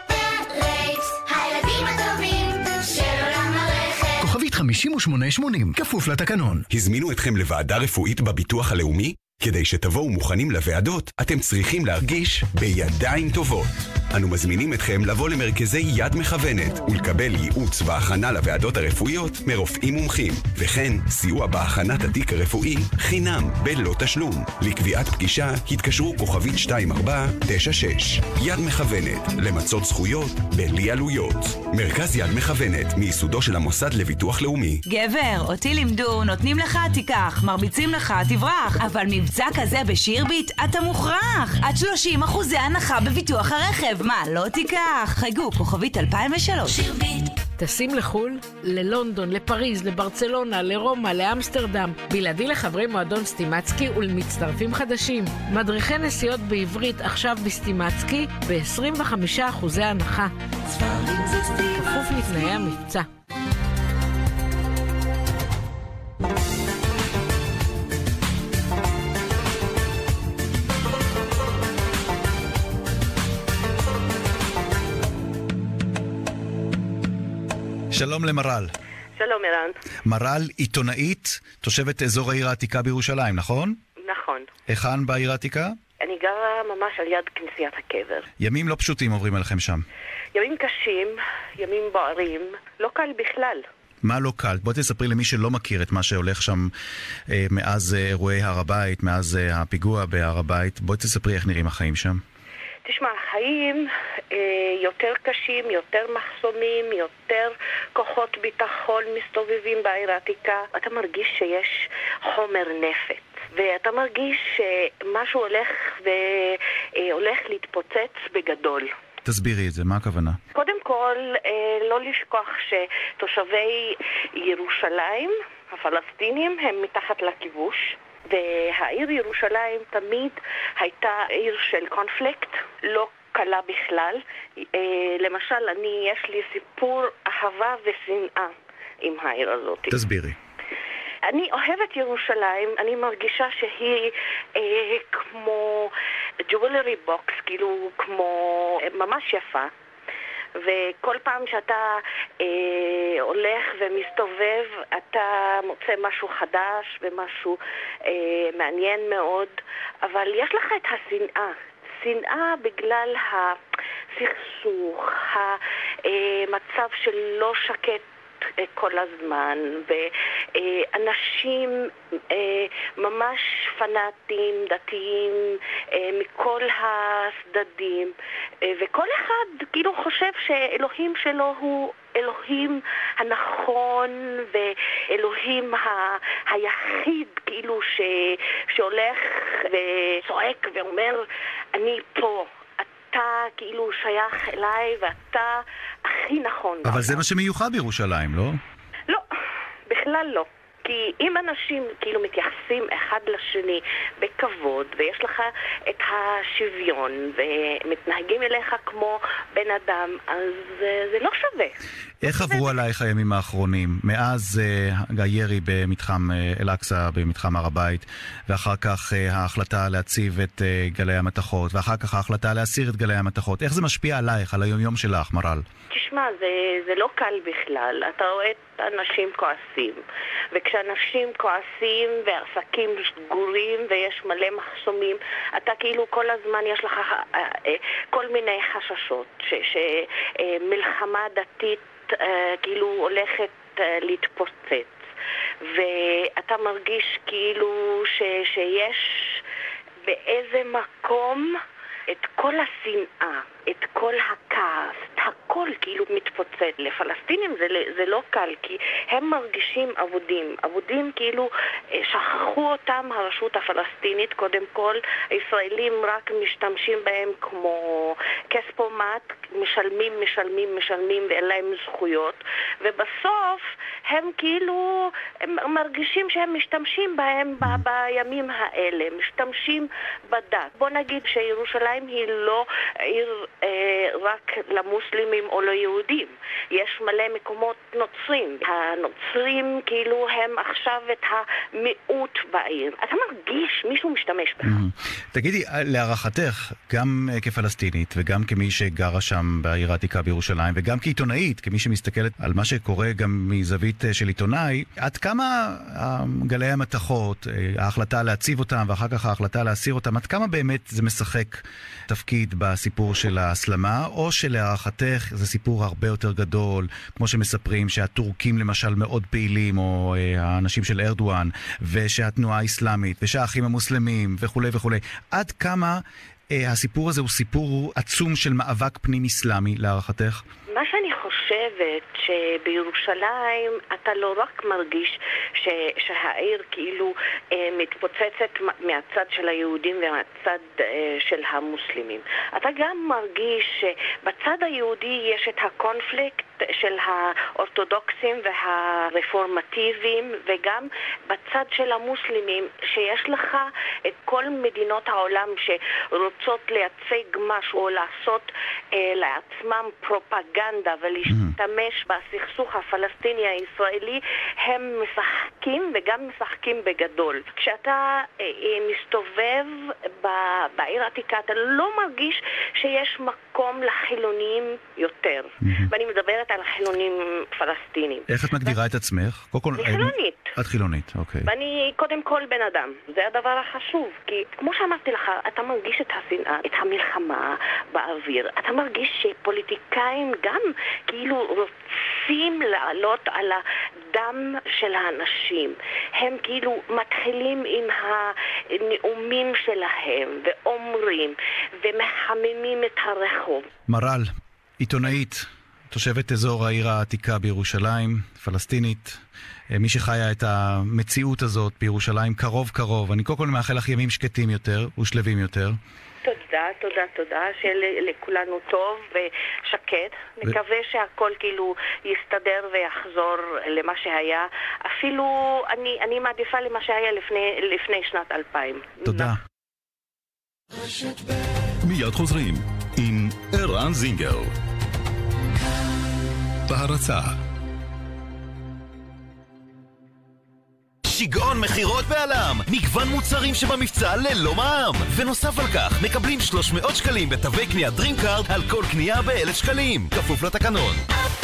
כוכבית חמישים ושמונה שמונים, כפוף לתקנון. הזמינו אתכם לוועדה רפואית בביטוח הלאומי? כדי שתבואו מוכנים לוועדות, אתם צריכים להרגיש בידיים טובות. אנו מזמינים אתכם לבוא למרכזי יד מכוונת ולקבל ייעוץ והכנה לוועדות הרפואיות מרופאים מומחים, וכן סיוע בהכנת התיק הרפואי חינם בלא תשלום. לקביעת פגישה התקשרו כוכבית שתיים ארבע תשע שש. יד מכוונת, למצות זכויות בלי עלויות. מרכז יד מכוונת, מייסודו של המוסד לביטוח לאומי. גבר, אותי לימדו, נותנים לך תיקח, מרביצים לך תברח, אבל מבצע כזה בשירביט אתה מוכרח. עד שלושים אחוזי הנחה בביטוח הרכב. מה, לא תיקח? חייגו, כוכבית אלפיים ושלוש. שירביט. טסים לחול, ללונדון, לפריז, לברצלונה, לרומא, לאמסטרדם. בלעדי לחברי מועדון סטימצקי ולמצטרפים חדשים. מדריכי נסיעות בעברית עכשיו בסטימצקי ב-עשרים וחמישה אחוזי הנחה. כפוף לתנאי המבצע. שלום למרל. שלום ערן. מרל עיתונאית, תושבת אזור העיר העתיקה בירושלים, נכון? נכון. היכן בעיר העתיקה? אני גרה ממש על יד כנסיית הקבר. ימים לא פשוטים עוברים עליכם שם. ימים קשים, ימים בוערים, לא קל בכלל. מה לא קל? בואי תספרי למי שלא מכיר את מה שהולך שם אה, מאז אה, אירועי הר הבית, מאז אה, הפיגוע בהר הבית. בואי תספרי איך נראים החיים שם. תשמע, החיים אה, יותר קשים, יותר מחסומים, יותר כוחות ביטחון מסתובבים בעיר העתיקה. אתה מרגיש שיש חומר נפץ, ואתה מרגיש שמשהו הולך והולך להתפוצץ בגדול. תסבירי את זה, מה הכוונה? קודם כל, אה, לא לשכוח שתושבי ירושלים, הפלסטינים, הם מתחת לכיבוש. והעיר ירושלים תמיד הייתה עיר של קונפליקט, לא קלה בכלל. אה, למשל, אני, יש לי סיפור אהבה ושנאה עם העיר הזאת. תסבירי. אני אוהבת ירושלים, אני מרגישה שהיא אה, כמו ג'וולרי בוקס, כאילו כמו אה, ממש יפה. וכל פעם שאתה אה, הולך ומסתובב, אתה מוצא משהו חדש ומשהו אה, מעניין מאוד, אבל יש לך את השנאה. שנאה בגלל הסכסוך, המצב שלא שקט כל הזמן, ואנשים ממש פנאטים, דתיים, מכל הצדדים, וכל אחד כאילו חושב שאלוהים שלו הוא אלוהים הנכון ואלוהים ה- היחיד כאילו ש- שהולך וצועק ואומר אני פה, אתה כאילו שייך אליי ואתה הכי נכון. אבל זה מה שמיוחד בירושלים, לא? לא, בכלל לא. כי אם אנשים כאילו מתייחסים אחד לשני בכבוד, ויש לך את השוויון, ומתנהגים אליך כמו בן אדם, אז זה לא שווה. איך עברו עלייך הימים האחרונים? מאז uh, הירי במתחם uh, אל-אקצא, במתחם הר הבית, ואחר כך uh, ההחלטה להציב את uh, גלי המתכות, ואחר כך ההחלטה להסיר את גלי המתכות. איך זה משפיע עלייך, על היום-יום שלך, מרל? תשמע, זה, זה לא קל בכלל. אתה רואה את אנשים כועסים. וכשאנשים כועסים ועסקים סגורים ויש מלא מחסומים, אתה כאילו כל הזמן יש לך כל מיני חששות שמלחמה דתית כאילו הולכת להתפוצץ. ואתה מרגיש כאילו ש, שיש באיזה מקום את כל השנאה, את כל הכעס, הכל כאילו מתפוצץ. לפלסטינים זה, זה לא קל, כי הם מרגישים עבודים. עבודים כאילו שכחו אותם הרשות הפלסטינית, קודם כל. הישראלים רק משתמשים בהם כמו כספומט, משלמים, משלמים, משלמים ואין להם זכויות. ובסוף הם כאילו הם מרגישים שהם משתמשים בהם ב- בימים האלה, משתמשים בדת. בוא נגיד שירושלים היא לא עיר אה, רק למוסלמים או ליהודים. יש מלא מקומות נוצרים. הנוצרים כאילו הם עכשיו את המיעוט בעיר. אתה מרגיש מישהו משתמש בך. תגידי, להערכתך, גם כפלסטינית וגם כמי שגרה שם בעיר העתיקה בירושלים, וגם כעיתונאית, כמי שמסתכלת על מה שקורה גם מזווית של עיתונאי, עד כמה גלי המתכות, ההחלטה להציב אותם ואחר כך ההחלטה להסיר אותם, עד כמה באמת זה משחק תפקיד בסיפור של ההסלמה, או שלהערכתך זה סיפור הרבה יותר גדול, כמו שמספרים שהטורקים למשל מאוד פעילים, או האנשים של ארדואן, ושהתנועה האסלאמית, ושהאחים המוסלמים וכו' וכו'. עד כמה הסיפור הזה הוא סיפור עצום של מאבק פנים אסלאמי להערכתך? מה שאני חושבת שבירושלים אתה לא רק מרגיש ש, שהעיר כאילו אה, מתפוצצת מהצד של היהודים ומהצד אה, של המוסלמים. אתה גם מרגיש שבצד היהודי יש את הקונפליקט של האורתודוקסים והרפורמטיביים, וגם בצד של המוסלמים שיש לך את כל מדינות העולם שרוצות לייצג משהו או לעשות אה, לעצמם פרופגנדה ולהשתמש בסכסוך הפלסטיני הישראלי. הם משחקים וגם משחקים בגדול. כשאתה אה, מסתובב ב- בעיר העתיקה אתה לא מרגיש שיש מקום לחילונים יותר. ואני מדברת על חילונים פלסטינים. איך את מגדירה את עצמך? אני חילונית. את חילונית, אוקיי. ואני קודם כל בן אדם. זה הדבר החשוב. כי כמו שאמרתי לך, אתה מרגיש את השנאה, את המלחמה באוויר. אתה מרגיש שפוליטיקאים גם כאילו רוצים לעלות על הדם של האנשים. הם כאילו מתחילים עם הנאומים שלהם ואומרים ומחממים את הרחוב. מרל, עיתונאית, תושבת אזור העיר העתיקה בירושלים, פלסטינית, מי שחיה את המציאות הזאת בירושלים קרוב קרוב. אני קודם כל מאחל לך ימים שקטים יותר ושלבים יותר. תודה, תודה, תודה, שיהיה לכולנו טוב ושקט. ו... מקווה שהכל כאילו יסתדר ויחזור למה שהיה. אפילו אני, אני מעדיפה למה שהיה לפני, לפני שנת אלפיים. תודה. מיד חוזרים עם ערן זינגר. בהרצה שיגעון מחירות בעלם, מגוון מוצרים שבמבצע ללא מע"מ, ונוסף על כך מקבלים שלוש מאות שקלים בתווי קנייה DreamCard על כל קנייה ב-אלף שקלים, כפוף לתקנון.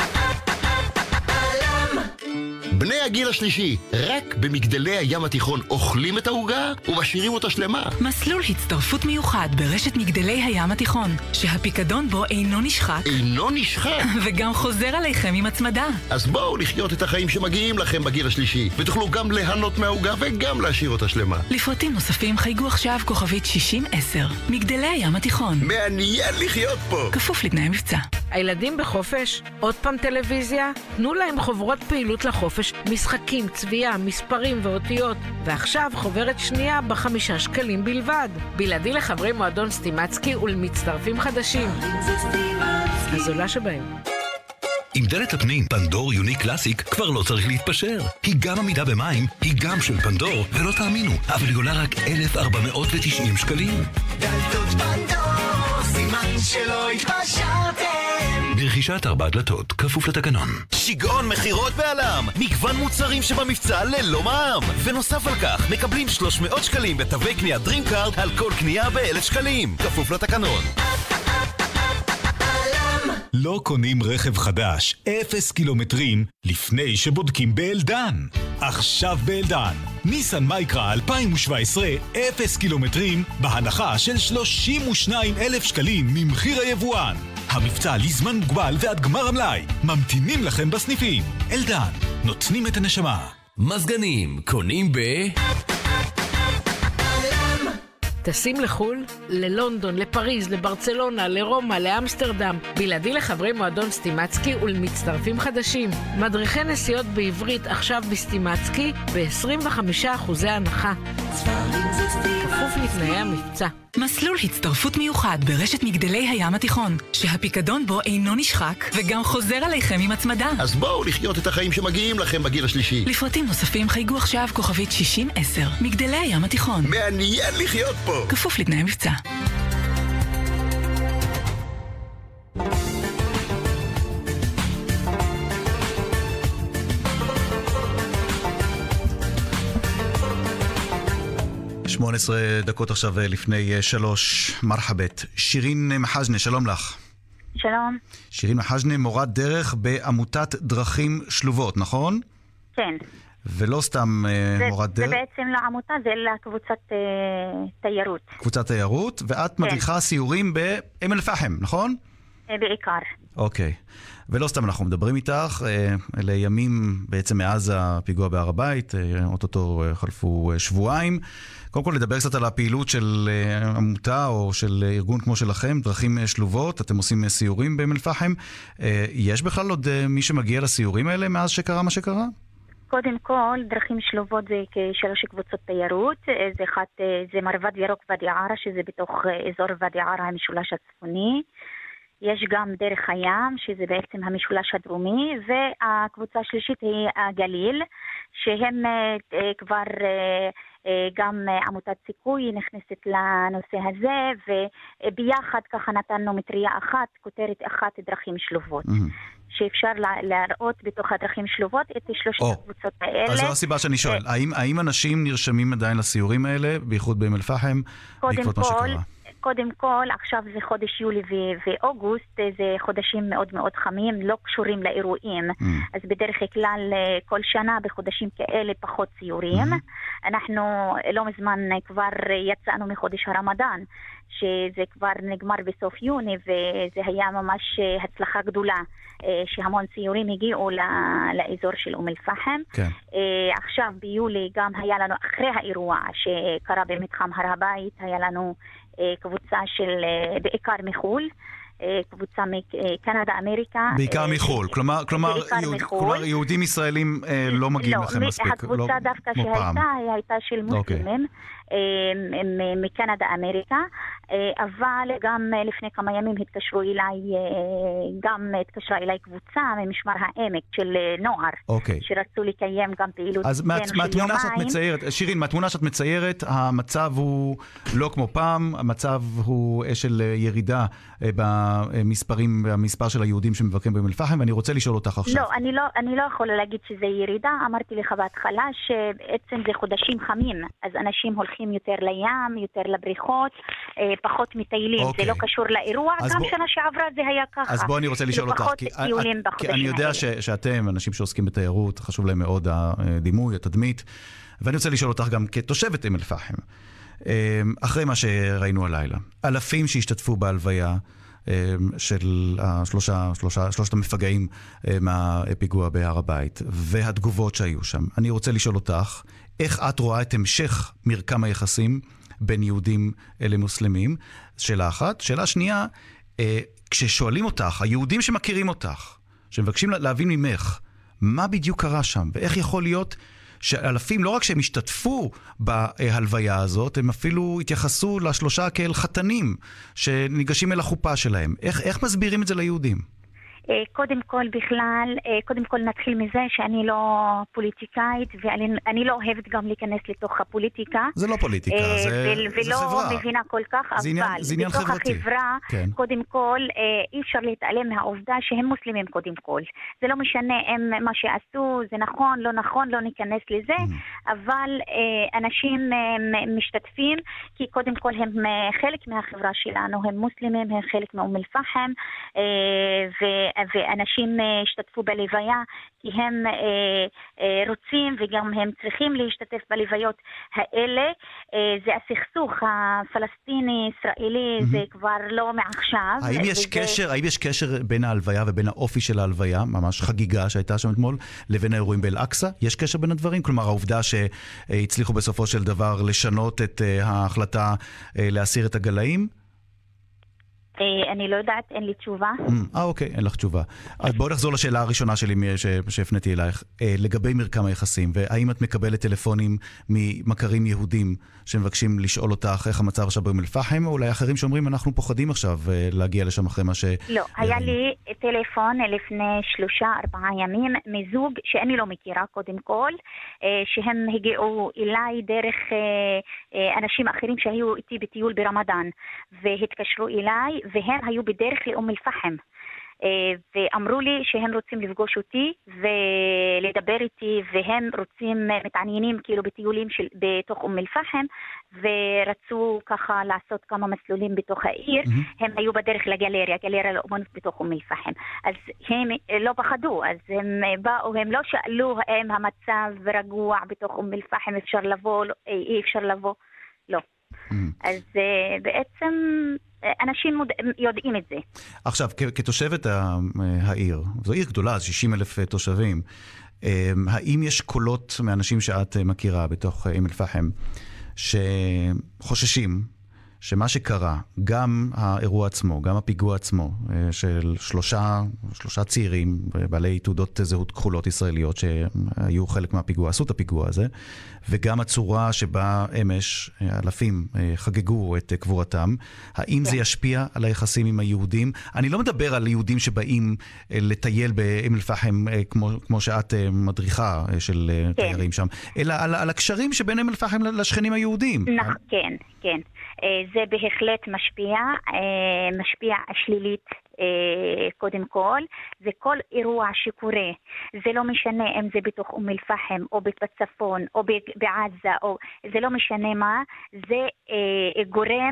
בני הגיל השלישי, רק במגדלי הים התיכון אוכלים את העוגה ומשאירים אותה שלמה. מסלול הצטרפות מיוחד ברשת מגדלי הים התיכון, שהפיקדון בו אינו נשחק. אינו נשחק? וגם חוזר עליכם עם הצמדה. אז בואו לחיות את החיים שמגיעים לכם בגיל השלישי, ותוכלו גם ליהנות מהעוגה וגם להשאיר אותה שלמה. לפרטים נוספים חייגו עכשיו כוכבית שישים עשר. מגדלי הים התיכון. מעניין לחיות פה. כפוף לתנאי מבצע. הילדים בחופש? עוד פעם טלוויזיה? תנו להם חוברות פעילות לחופש, משחקים, צביעה, מספרים ואותיות. ועכשיו חוברת שנייה בחמישה שקלים בלבד. בלעדי לחברי מועדון סטימצקי ולמצטרפים חדשים. הזולה שבהם. עם דלת הפנים פנדור יוני קלאסיק כבר לא צריך להתפשר. היא גם עמידה במים, היא גם של פנדור, ולא תאמינו, אבל היא עולה רק אלף ארבע מאות ותשעים שקלים. דלתות פנדור, סימן שלא התפשרתם. ברכישת ארבע דלתות, כפוף לתקנון. שיגעון מחירות בעלם, מגוון מוצרים שבמבצע ללא מע"מ. ונוסף על כך, מקבלים שלוש מאות שקלים בתווי קנייה דרים קארד על כל קנייה ב-אלף שקלים, כפוף לתקנון. לא קונים רכב חדש, אפס קילומטרים, לפני שבודקים באלדן. עכשיו באלדן, ניסן מייקרה אלפיים שבע עשרה, אפס קילומטרים, בהנחה של שלושים ושניים אלף שקלים ממחיר היבואן. המבצע לזמן מוגבל ועד גמר המלאי. ממתינים לכם בסניפים. אלדן, נותנים את הנשמה. מזגנים, קונים ב... טסים לחול? ללונדון, לפריז, לברצלונה, לרומא, לאמסטרדם. בלעדי לחברי מועדון סטימצקי ולמצטרפים חדשים. מדריכי נסיעות בעברית עכשיו בסטימצקי ב-עשרים וחמישה אחוז הנחה. כפוף לתנאי המבצע. מסלול הצטרפות מיוחד ברשת מגדלי הים התיכון, שהפיקדון בו אינו נשחק וגם חוזר עליכם עם הצמדה. אז בואו לחיות את החיים שמגיעים לכם בגיל השלישי. לפרטים נוספים חייגו עכשיו כוכבית שישים עשר. מגדלי הים התיכון. מעניין לחיות פה. כפוף לתנאי מבצע. שמונה עשרה דקות עכשיו לפני שלוש. מרחבת. שירין מחז'נה, שלום לך. שלום. שירין מחז'נה, מורת דרך בעמותת דרכים שלובות, נכון? כן. ולא סתם זה, מורת דרך. זה בעצם לא עמותה, זה לקבוצת אה, תיירות. קבוצת תיירות, ואת כן. מדריכה סיורים באום אל-פחם, נכון? אה, בעיקר. אוקיי. ולא סתם אנחנו מדברים איתך, אלה ימים בעצם מאז הפיגוע בהר הבית, אוטוטו חלפו שבועיים. קודם כל לדבר קצת על הפעילות של עמותה או של ארגון כמו שלכם, דרכים שלובות, אתם עושים סיורים באום אל-פחם. יש בכלל עוד מי שמגיע לסיורים האלה מאז שקרה מה שקרה? קודם כל, דרכים שלובות זה כשלוש קבוצות תיירות. זה, אחת, זה מרבד ירוק ואדי ערה, שזה בתוך אזור ואדי ערה המשולש הצפוני. יש גם דרך הים, שזה בעצם המשולש הדרומי, והקבוצה השלישית היא הגליל, שהם כבר גם עמותת סיכוי נכנסת לנושא הזה, וביחד ככה נתנו מטריה אחת, כותרת אחת, דרכים שלובות. שאפשר להראות בתוך הדרכים שלובות את שלושת oh. הקבוצות האלה. אז זו הסיבה שאני שואל, האם, האם אנשים נרשמים עדיין לסיורים האלה, בייחוד באום אל-פחם, בעקבות מה שקרה? קודם כל, עכשיו זה חודש יולי ו- ואוגוסט, זה חודשים מאוד מאוד חמים, לא קשורים לאירועים. Mm. אז בדרך כלל כל שנה בחודשים כאלה פחות ציורים. Mm. אנחנו לא מזמן כבר יצאנו מחודש הרמדאן, שזה כבר נגמר בסוף יוני, וזה היה ממש הצלחה גדולה, שהמון ציורים הגיעו לאזור של אום אל-פחם. כן. עכשיו ביולי גם היה לנו, אחרי האירוע שקרה במתחם הר הבית, היה לנו קבוצה של בעיקר מחול, קבוצה מקנדה, אמריקה. בעיקר מחול, כלומר, כלומר, יהוד, כלומר יהודים ישראלים לא מגיעים לא, לכם מספיק. הקבוצה לא, דווקא שהייתה, היא הייתה של מוסלמים, okay. מקנדה, אמריקה, אבל גם לפני כמה ימים התקשרו אליי, גם התקשרה אליי קבוצה ממשמר העמק של נוער, okay. שרצו לקיים גם פעילות. אז מהתמונה שאת מציירת, שירין, מהתמונה שאת מציירת, המצב הוא לא כמו פעם, המצב הוא של ירידה במספרים, במספר של היהודים שמבקרים באום אל-פחם, ואני רוצה לשאול אותך עכשיו. לא, אני לא, אני לא יכולה להגיד שזה ירידה, אמרתי לך בהתחלה שבעצם זה חודשים חמים, אז אנשים הולכים יותר לים, יותר לבריכות, פחות מטיילים, okay. זה לא קשור לאירוע, גם בוא... שנה שעברה זה היה ככה. אז בוא אני רוצה לשאול אותך, כי, כי אני יודע ש, שאתם, אנשים שעוסקים בתיירות, חשוב להם מאוד הדימוי, התדמית, ואני רוצה לשאול אותך גם כתושבת אום אל-פחם, אחרי מה שראינו הלילה, אלפים שהשתתפו בהלוויה של השלושה, שלושה, שלושת המפגעים מהפיגוע בהר הבית, והתגובות שהיו שם. אני רוצה לשאול אותך, איך את רואה את המשך מרקם היחסים בין יהודים למוסלמים? שאלה אחת. שאלה שנייה, כששואלים אותך, היהודים שמכירים אותך, שמבקשים להבין ממך, מה בדיוק קרה שם, ואיך יכול להיות שאלפים, לא רק שהם השתתפו בהלוויה הזאת, הם אפילו התייחסו לשלושה כאל חתנים שניגשים אל החופה שלהם. איך, איך מסבירים את זה ליהודים? קודם כל בכלל, קודם כל נתחיל מזה שאני לא פוליטיקאית ואני לא אוהבת גם להיכנס לתוך הפוליטיקה. זה לא פוליטיקה, זה, זה חברה. ולא מבינה כל כך, זה עניין, אבל זה עניין בתוך חברתי. החברה, כן. קודם כל אי אפשר להתעלם מהעובדה שהם מוסלמים קודם כל. זה לא משנה אם מה שעשו זה נכון, לא נכון, לא ניכנס לזה, mm. אבל אנשים משתתפים כי קודם כל הם חלק מהחברה שלנו, הם מוסלמים, הם חלק מאום אל-פחם, ו... ואנשים השתתפו בלוויה כי הם רוצים וגם הם צריכים להשתתף בלוויות האלה. זה הסכסוך הפלסטיני-ישראלי, זה כבר לא מעכשיו. האם יש קשר, האם יש קשר בין ההלוויה ובין האופי של ההלוויה, ממש חגיגה שהייתה שם אתמול, לבין האירועים באל-אקצא? יש קשר בין הדברים? כלומר, העובדה שהצליחו בסופו של דבר לשנות את ההחלטה להסיר את הגלאים? אני לא יודעת, אין לי תשובה. אה, אוקיי, אין לך תשובה. אז בואו נחזור לשאלה הראשונה שלי שהפניתי אלייך, לגבי מרקם היחסים, והאם את מקבלת טלפונים ממכרים יהודים שמבקשים לשאול אותך איך המצב עכשיו באום אל-פחם, או אולי אחרים שאומרים אנחנו פוחדים עכשיו להגיע לשם אחרי מה ש... לא, היה לי טלפון לפני שלושה, ארבעה ימים מזוג שאני לא מכירה קודם כל, שהם הגיעו אליי דרך אנשים אחרים שהיו איתי בטיול ברמדאן, והתקשרו אליי, והם היו בדרך לאום אל-פחם, ואמרו לי שהם רוצים לפגוש אותי ולדבר איתי, והם רוצים, מתעניינים כאילו בטיולים של, בתוך אום אל-פחם, ורצו ככה לעשות כמה מסלולים בתוך העיר. Mm-hmm. הם היו בדרך לגלריה, גלריה לאומנות בתוך אום אל-פחם. אז הם לא פחדו, אז הם באו, הם לא שאלו האם המצב רגוע בתוך אום אל-פחם, אפשר לבוא, אי אפשר לבוא, לא. Mm-hmm. אז בעצם... אנשים מוד... יודעים את זה. עכשיו, כ- כתושבת העיר, זו עיר גדולה, שישים אלף תושבים, האם יש קולות מאנשים שאת מכירה בתוך אום אל-פחם, שחוששים שמה שקרה, גם האירוע עצמו, גם הפיגוע עצמו, של שלושה, שלושה צעירים, בעלי תעודות זהות כחולות ישראליות, שהיו חלק מהפיגוע, עשו את הפיגוע הזה, וגם הצורה שבה אמש אלפים חגגו את קבורתם, האם זה ישפיע על היחסים עם היהודים? אני לא מדבר על יהודים שבאים לטייל באום אל-פחם, כמו, כמו שאת מדריכה של תיירים שם, אלא על, על הקשרים שבין אום אל-פחם לשכנים היהודים. כן, כן. זה בהחלט משפיע, משפיע שלילית קודם כל. זה כל אירוע שקורה, זה לא משנה אם זה בתוך אום אל-פחם או בצפון או בעזה, או זה לא משנה מה, זה גורם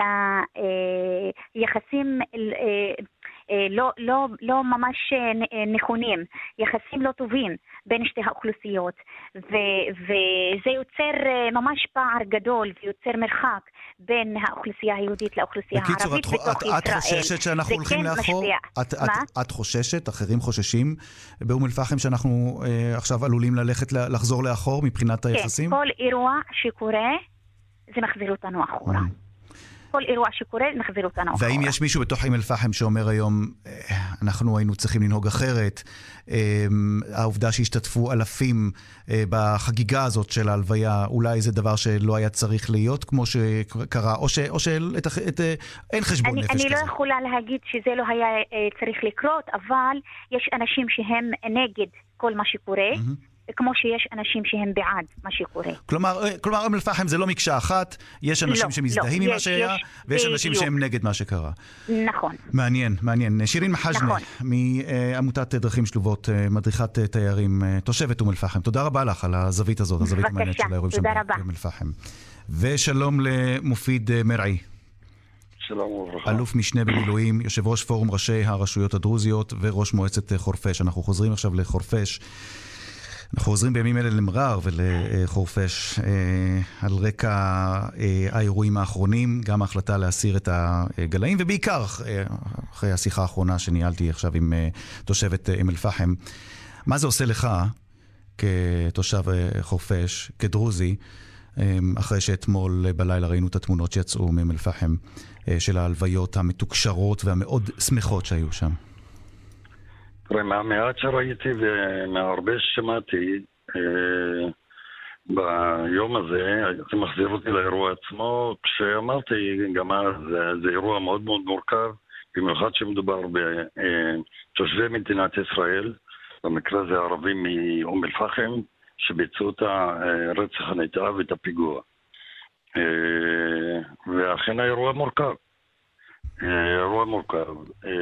ליחסים לא, לא, לא ממש נכונים, יחסים לא טובים בין שתי האוכלוסיות, ו- וזה יוצר ממש פער גדול ויוצר מרחק בין האוכלוסייה היהודית לאוכלוסייה בקיצור, הערבית את, בתוך את, ישראל. את חוששת שאנחנו הולכים כן לאחור? את, את, את חוששת, אחרים חוששים באום אל-פחם שאנחנו אה, עכשיו עלולים ללכת לחזור לאחור מבחינת היחסים? כן, כל אירוע שקורה זה מחזיר אותנו אחורה. כל אירוע שקורה נחזיר אותנו אחורה. והאם יש מישהו בתוך אום אל-פחם שאומר היום, אנחנו היינו צריכים לנהוג אחרת, העובדה שהשתתפו אלפים בחגיגה הזאת של ההלוויה, אולי זה דבר שלא היה צריך להיות כמו שקרה, או, ש, או שאין חשבון אני, נפש אני כזה? אני לא יכולה להגיד שזה לא היה צריך לקרות, אבל יש אנשים שהם נגד כל מה שקורה, mm-hmm. כמו שיש אנשים שהם בעד מה שקורה. כלומר, כלומר, אום אל-פחם זה לא מקשה אחת, יש אנשים לא, שמזדהים לא, עם מה יש, שהיה, יש, ויש אנשים בדיוק. שהם נגד מה שקרה. נכון. מעניין, מעניין. שירין מחג'נה, נכון. מעמותת דרכים שלובות, מדריכת תיירים, תושבת אום אל-פחם. תודה רבה לך על הזווית הזאת, הזווית המעניינת של האירועים שם באום אל-פחם. ושלום למופיד מרעי. שלום וברכה. אלוף משנה במילואים, יושב ראש פורום ראשי הרשויות הדרוזיות וראש מועצת חורפש. אנחנו חוזרים עכשיו לחורפש. אנחנו חוזרים בימים אלה למרר ולחורפש אה, על רקע אה, האירועים האחרונים, גם ההחלטה להסיר את הגלאים, ובעיקר אה, אחרי השיחה האחרונה שניהלתי עכשיו עם אה, תושבת אום אל-פחם. מה זה עושה לך כתושב אה, חורפש, כדרוזי, אחרי שאתמול בלילה ראינו את התמונות שיצאו מאום אל-פחם של ההלוויות המתוקשרות והמאוד שמחות שהיו שם. תראה, מהמעט שראיתי ומהרבה ששמעתי, ביום הזה, זה מחזיר אותי לאירוע עצמו, כשאמרתי גם אז, זה אירוע מאוד מאוד מורכב, במיוחד שמדובר בתושבי מדינת ישראל, במקרה הזה ערבים מאום אל-פחם, שביצעו את הרצח הנתעב ואת הפיגוע. ואכן האירוע מורכב. אירוע מורכב.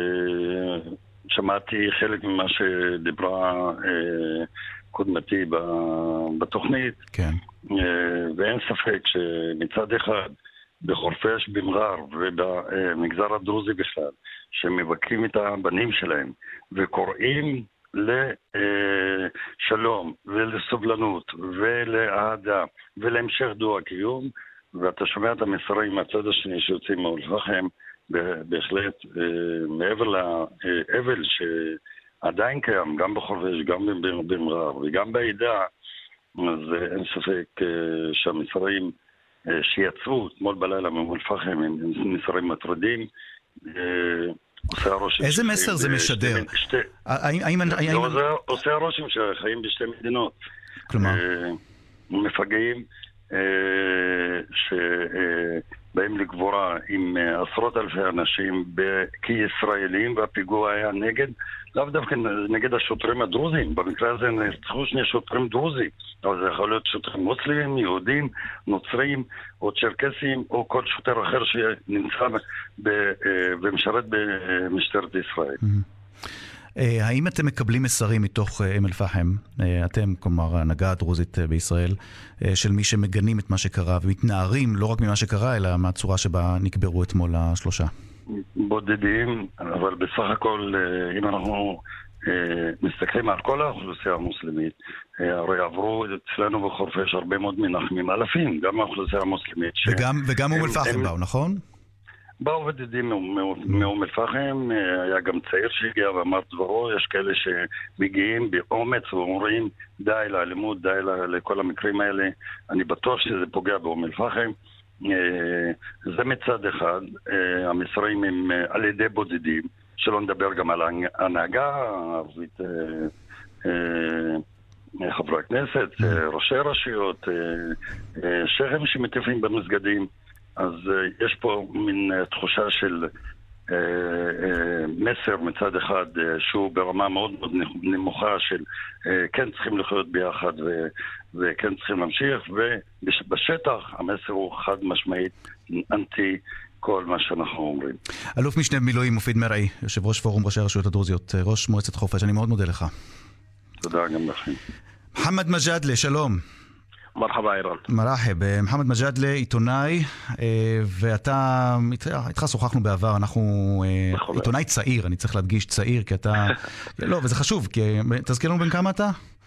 שמעתי חלק ממה שדיברה קודמתי בתוכנית, כן. ואין ספק שמצד אחד בחורפיש במע'אר ובמגזר הדרוזי בכלל, שמבקרים את הבנים שלהם וקוראים לשלום ולסובלנות ולאהדה ולהמשך דו-קיום, ואתה שומע את המסרים מהצד השני שיוצאים מאום אל-פחם, בהחלט מעבר לאבל שעדיין קיים, גם בחורפיש, גם במע'אר וגם בעדה, אז אין ספק שהמסרים שיצאו אתמול בלילה מאום אל-פחם הם מסרים מטרידים. איזה מסר זה משדר? עושה הרושם שחיים בשתי מדינות. כלומר? מפגעים שבאים לגבורה עם עשרות אלפי אנשים כישראלים, והפיגוע היה נגד, לאו דווקא נגד השוטרים הדרוזים. במקרה הזה נרצחו שני שוטרים דרוזים, אבל זה יכול להיות שוטרים מוסלמים, יהודים, נוצרים או צ'רקסים או כל שוטר אחר שנמצא ומשרת במשטרת ישראל. האם אתם מקבלים מסרים מתוך אום אל-פחם, אתם, כלומר ההנהגה הדרוזית בישראל, של מי שמגנים את מה שקרה ומתנערים לא רק ממה שקרה אלא מהצורה שבה נקברו אתמול השלושה? בודדים, אבל בסך הכל אם אנחנו מסתכלים על כל האוכלוסייה המוסלמית, הרי עברו אצלנו בחורפיש הרבה מאוד מנחמים, אלפים, גם האוכלוסייה המוסלמית. וגם אום אל-פחם באו, נכון? באו ודדים מאום אל-פחם, היה גם צעיר שהגיע ואמר דברו, יש כאלה שמגיעים באומץ ואומרים די לאלימות, די לכל המקרים האלה, אני בטוח שזה פוגע באום אל-פחם. זה מצד אחד, המסרים הם על ידי בודדים, שלא נדבר גם על ההנהגה הערבית, חברי הכנסת, ראשי רשויות, שייח'ים שמטיפים במסגדים. אז uh, יש פה מין uh, תחושה של uh, uh, מסר מצד אחד uh, שהוא ברמה מאוד מאוד נמוכה של uh, כן צריכים לחיות ביחד ו- וכן צריכים להמשיך, ובשטח המסר הוא חד משמעית אנטי כל מה שאנחנו אומרים. אלוף משנה במילואים מופיד מרעי, יושב ראש פורום ראשי הרשויות הדרוזיות, ראש מועצת חורפיש, אני מאוד מודה לך. תודה גם לכם. מוחמד מג'אדלה, שלום. מרחבה איראן. מרחב, מוחמד מג'אדלה, עיתונאי, ואתה, איתך שוחחנו בעבר, אנחנו עיתונאי צעיר, אני צריך להדגיש צעיר, כי אתה, לא, וזה חשוב, כי תזכיר לנו בין כמה אתה?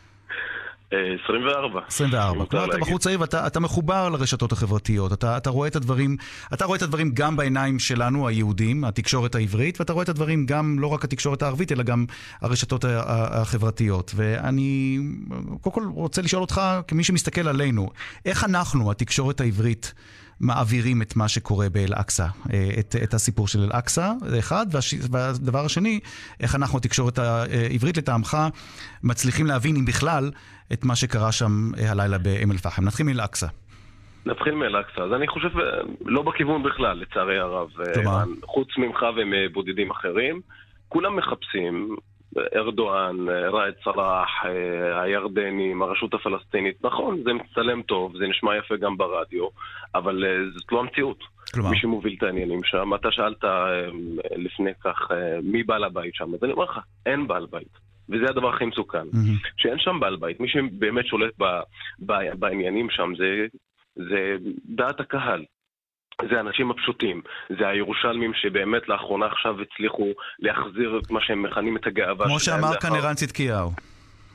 עשרים וארבע. עשרים וארבע. כלומר, אתה בחור צעיר ואתה אתה מחובר לרשתות החברתיות. אתה, אתה רואה את הדברים, אתה רואה את הדברים גם בעיניים שלנו, היהודים, התקשורת העברית, ואתה רואה את הדברים גם, לא רק התקשורת הערבית, אלא גם הרשתות החברתיות. ואני, קודם כל, רוצה לשאול אותך, כמי שמסתכל עלינו, איך אנחנו, התקשורת העברית, מעבירים את מה שקורה באל-אקסה, את, את הסיפור של אל-אקסה, זה אחד, והדבר השני, איך אנחנו, התקשורת העברית לטעמך, מצליחים להבין, אם בכלל, את מה שקרה שם הלילה באום אל-פחם. נתחיל מאל-אקסה. נתחיל מאל-אקסה. אז אני חושב, לא בכיוון בכלל, לצערי הרב. כלומר? חוץ ממך ומבודדים אחרים, כולם מחפשים, ארדואן, ראאד סלאח, הירדנים, הרשות הפלסטינית, נכון, זה מצלם טוב, זה נשמע יפה גם ברדיו, אבל זאת לא המציאות. כלומר? מי שמוביל את העניינים שם, אתה שאלת לפני כך, מי בעל הבית שם? אז אני אומר לך, אין בעל בית. וזה הדבר הכי מסוכן. Mm-hmm. שאין שם בעל בית. מי שבאמת שולט ב, ב, בעניינים שם, זה, זה דעת הקהל. זה האנשים הפשוטים. זה הירושלמים שבאמת לאחרונה עכשיו הצליחו להחזיר את מה שהם מכנים את הגאווה. כמו שאמר כאן ערן צדקיהו.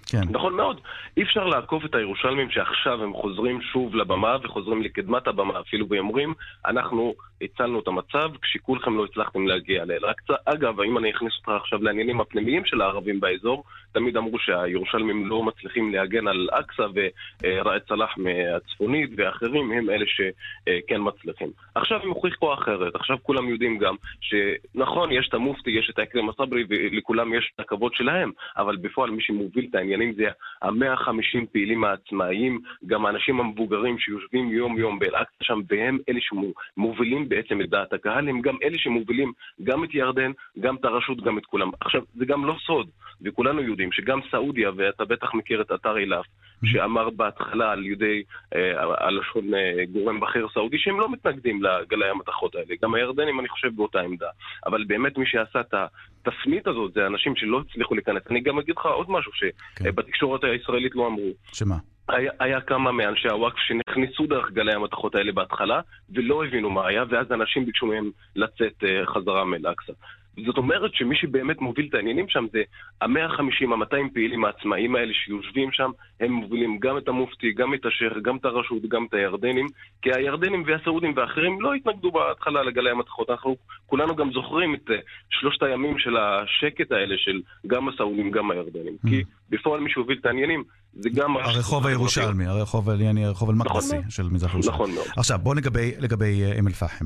כן. נכון מאוד. אי אפשר לעקוף את הירושלמים שעכשיו הם חוזרים שוב לבמה וחוזרים לקדמת הבמה אפילו, ואומרים, אנחנו הצלנו את המצב כשכולכם לא הצלחתם להגיע לאל-אקצה. אגב, אם אני אכניס אותך עכשיו לעניינים הפנימיים של הערבים באזור, תמיד אמרו שהירושלמים לא מצליחים להגן על אקצה, וראאד סלאח מהצפונית ואחרים הם אלה שכן מצליחים. עכשיו הם הוכיחו אחרת, עכשיו כולם יודעים גם שנכון, יש את המופתי, יש את האקרם הסברי ולכולם יש את הכבוד שלהם, אבל בפועל מי שמוביל את העניינים זה ה-מאה וחמישים פעילים העצמאיים, גם האנשים המבוגרים שיושבים יום יום באל-אקצה שם, והם אלה שמובילים בעצם את דעת הקהל, הם גם אלה שמובילים גם את ירדן, גם את הרשות, גם את כולם. עכשיו, זה גם לא סוד, וכולנו יודעים שגם סעודיה, ואתה בטח מכיר את אתר אילף, שאמר בהתחלה על ידי, על לשון גורם בכיר סעודי, שהם לא מתנגדים לגלי המתחות האלה. גם הירדנים, אני חושב, באותה עמדה. אבל באמת מי שעשה את התפנית הזאת, זה אנשים שלא הצליחו להיכנס. אני גם אגיד לך עוד משהו, שבתקשורת הישראלית לא אמרו. שמה? היה, היה כמה מאנשי הוואקף שנכנסו דרך גלי המתחות האלה בהתחלה, ולא הבינו מה היה, ואז אנשים ביקשו מהם לצאת חזרה מאל-אקצה. זאת אומרת שמי שבאמת מוביל את העניינים שם זה ה-מאה וחמישים, ה-מאתיים פעילים העצמאיים האלה שיושבים שם, הם מובילים גם את המופתי, גם את השייח, גם את הרשות, גם את הירדנים, כי הירדנים והסעודים ואחרים לא התנגדו בהתחלה לגלי המתחות. אנחנו כולנו גם זוכרים את שלושת הימים של השקט האלה של גם הסעודים, גם הירדנים, כי בפועל מי שהוביל את העניינים זה גם הרחוב הירושלמי, הרחוב הענייני, הרחוב אל-מקדסי של מזרח ירושלים. נכון מאוד. עכשיו בוא לגבי אום אל-פחם.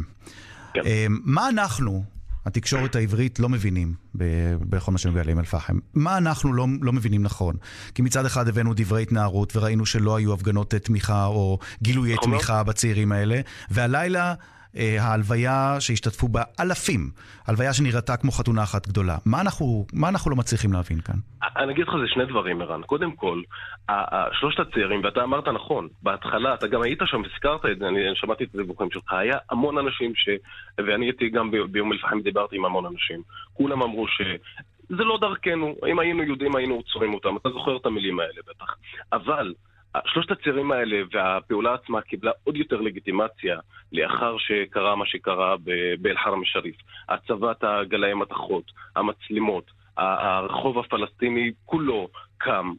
מה אנחנו התקשורת העברית לא מבינים בכל מה שנוגע לאום אל-פחם. מה אנחנו לא, לא מבינים נכון? כי מצד אחד הבאנו דברי התנערות וראינו שלא היו הפגנות תמיכה או גילויי תמיכה בצעירים האלה, והלילה ההלוויה שהשתתפו בה אלפים, הלוויה שנראתה כמו חתונה אחת גדולה. מה אנחנו, מה אנחנו לא מצליחים להבין כאן? אני אגיד לך זה שני דברים, ערן. קודם כל, שלושת הצעירים, ואתה אמרת נכון, בהתחלה, אתה גם היית שם וסקרת את זה, אני שמעתי את הדיווחים שלך, היה המון אנשים ש... ואני הייתי גם באום אל-פחם, דיברתי עם המון אנשים. כולם אמרו ש... זה לא דרכנו, אם היינו יודעים, היינו עוצרים אותם. אתה זוכר את המילים האלה בטח. אבל שלושת הצעירים האלה והפעולה עצמה קיבלה עוד יותר לגיטימציה לאחר שקרה מה שקרה באל-חרם א-שריף. הצבת הגלאי המתחות, המצלמות, הרחוב הפלסטיני כולו קם,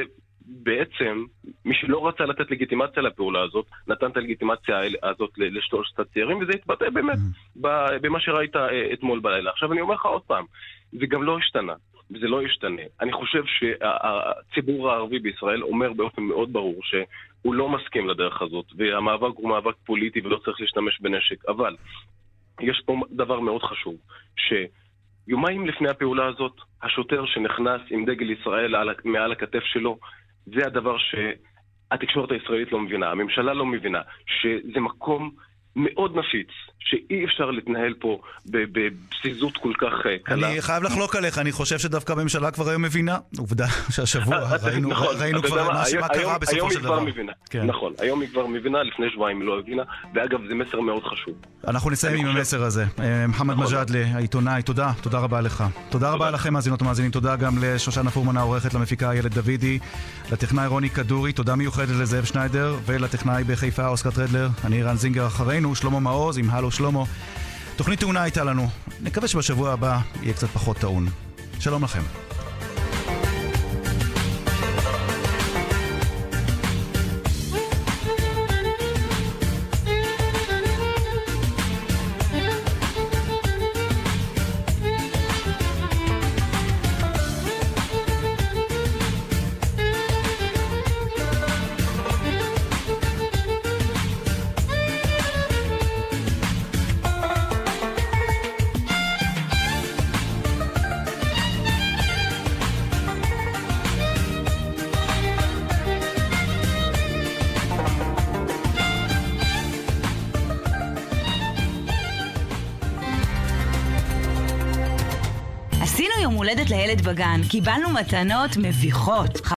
ובעצם מי שלא רצה לתת לגיטימציה לפעולה הזאת, נתן את הלגיטימציה הזאת לשלושת הצעירים, וזה התבטא באמת במה שראית אתמול בלילה. עכשיו אני אומר לך עוד פעם, זה גם לא השתנה. וזה לא ישתנה. אני חושב שהציבור הערבי בישראל אומר באופן מאוד ברור שהוא לא מסכים לדרך הזאת, והמאבק הוא מאבק פוליטי ולא צריך להשתמש בנשק. אבל יש פה דבר מאוד חשוב, שיומיים לפני הפעולה הזאת, השוטר שנכנס עם דגל ישראל מעל הכתף שלו, זה הדבר שהתקשורת הישראלית לא מבינה, הממשלה לא מבינה, שזה מקום מאוד נפיץ, שאי אפשר להתנהל פה בבסיסות כל כך קלה. אני חייב לחלוק עליך, אני חושב שדווקא הממשלה כבר היום מבינה. עובדה שהשבוע ראינו כבר מה קרה בסופו של דבר. נכון, היום היא כבר מבינה, לפני שבועיים היא לא הבינה, ואגב זה מסר מאוד חשוב. אנחנו נסיים עם המסר הזה. מוחמד מג'אדלה, העיתונאי, תודה, תודה רבה לך. תודה רבה לכם מאזינות ומאזינים, תודה גם לשושנה פורמן העורכת, למפיקה איילת דוידי, לטכנאי רוני כדורי, תודה מיוחדת לזאב שניידר, ולטכנאי בחיפה אוסקר טרדלר. אני ערן זינגר, אחרינו שלמה מעוז עם הלו שלמה. תוכנית טעונה הייתה לנו. נקווה שבשבוע הבא יהיה קצת פחות טעון. שלום לכם. עשינו יום הולדת לילד בגן, קיבלנו מתנות מביכות.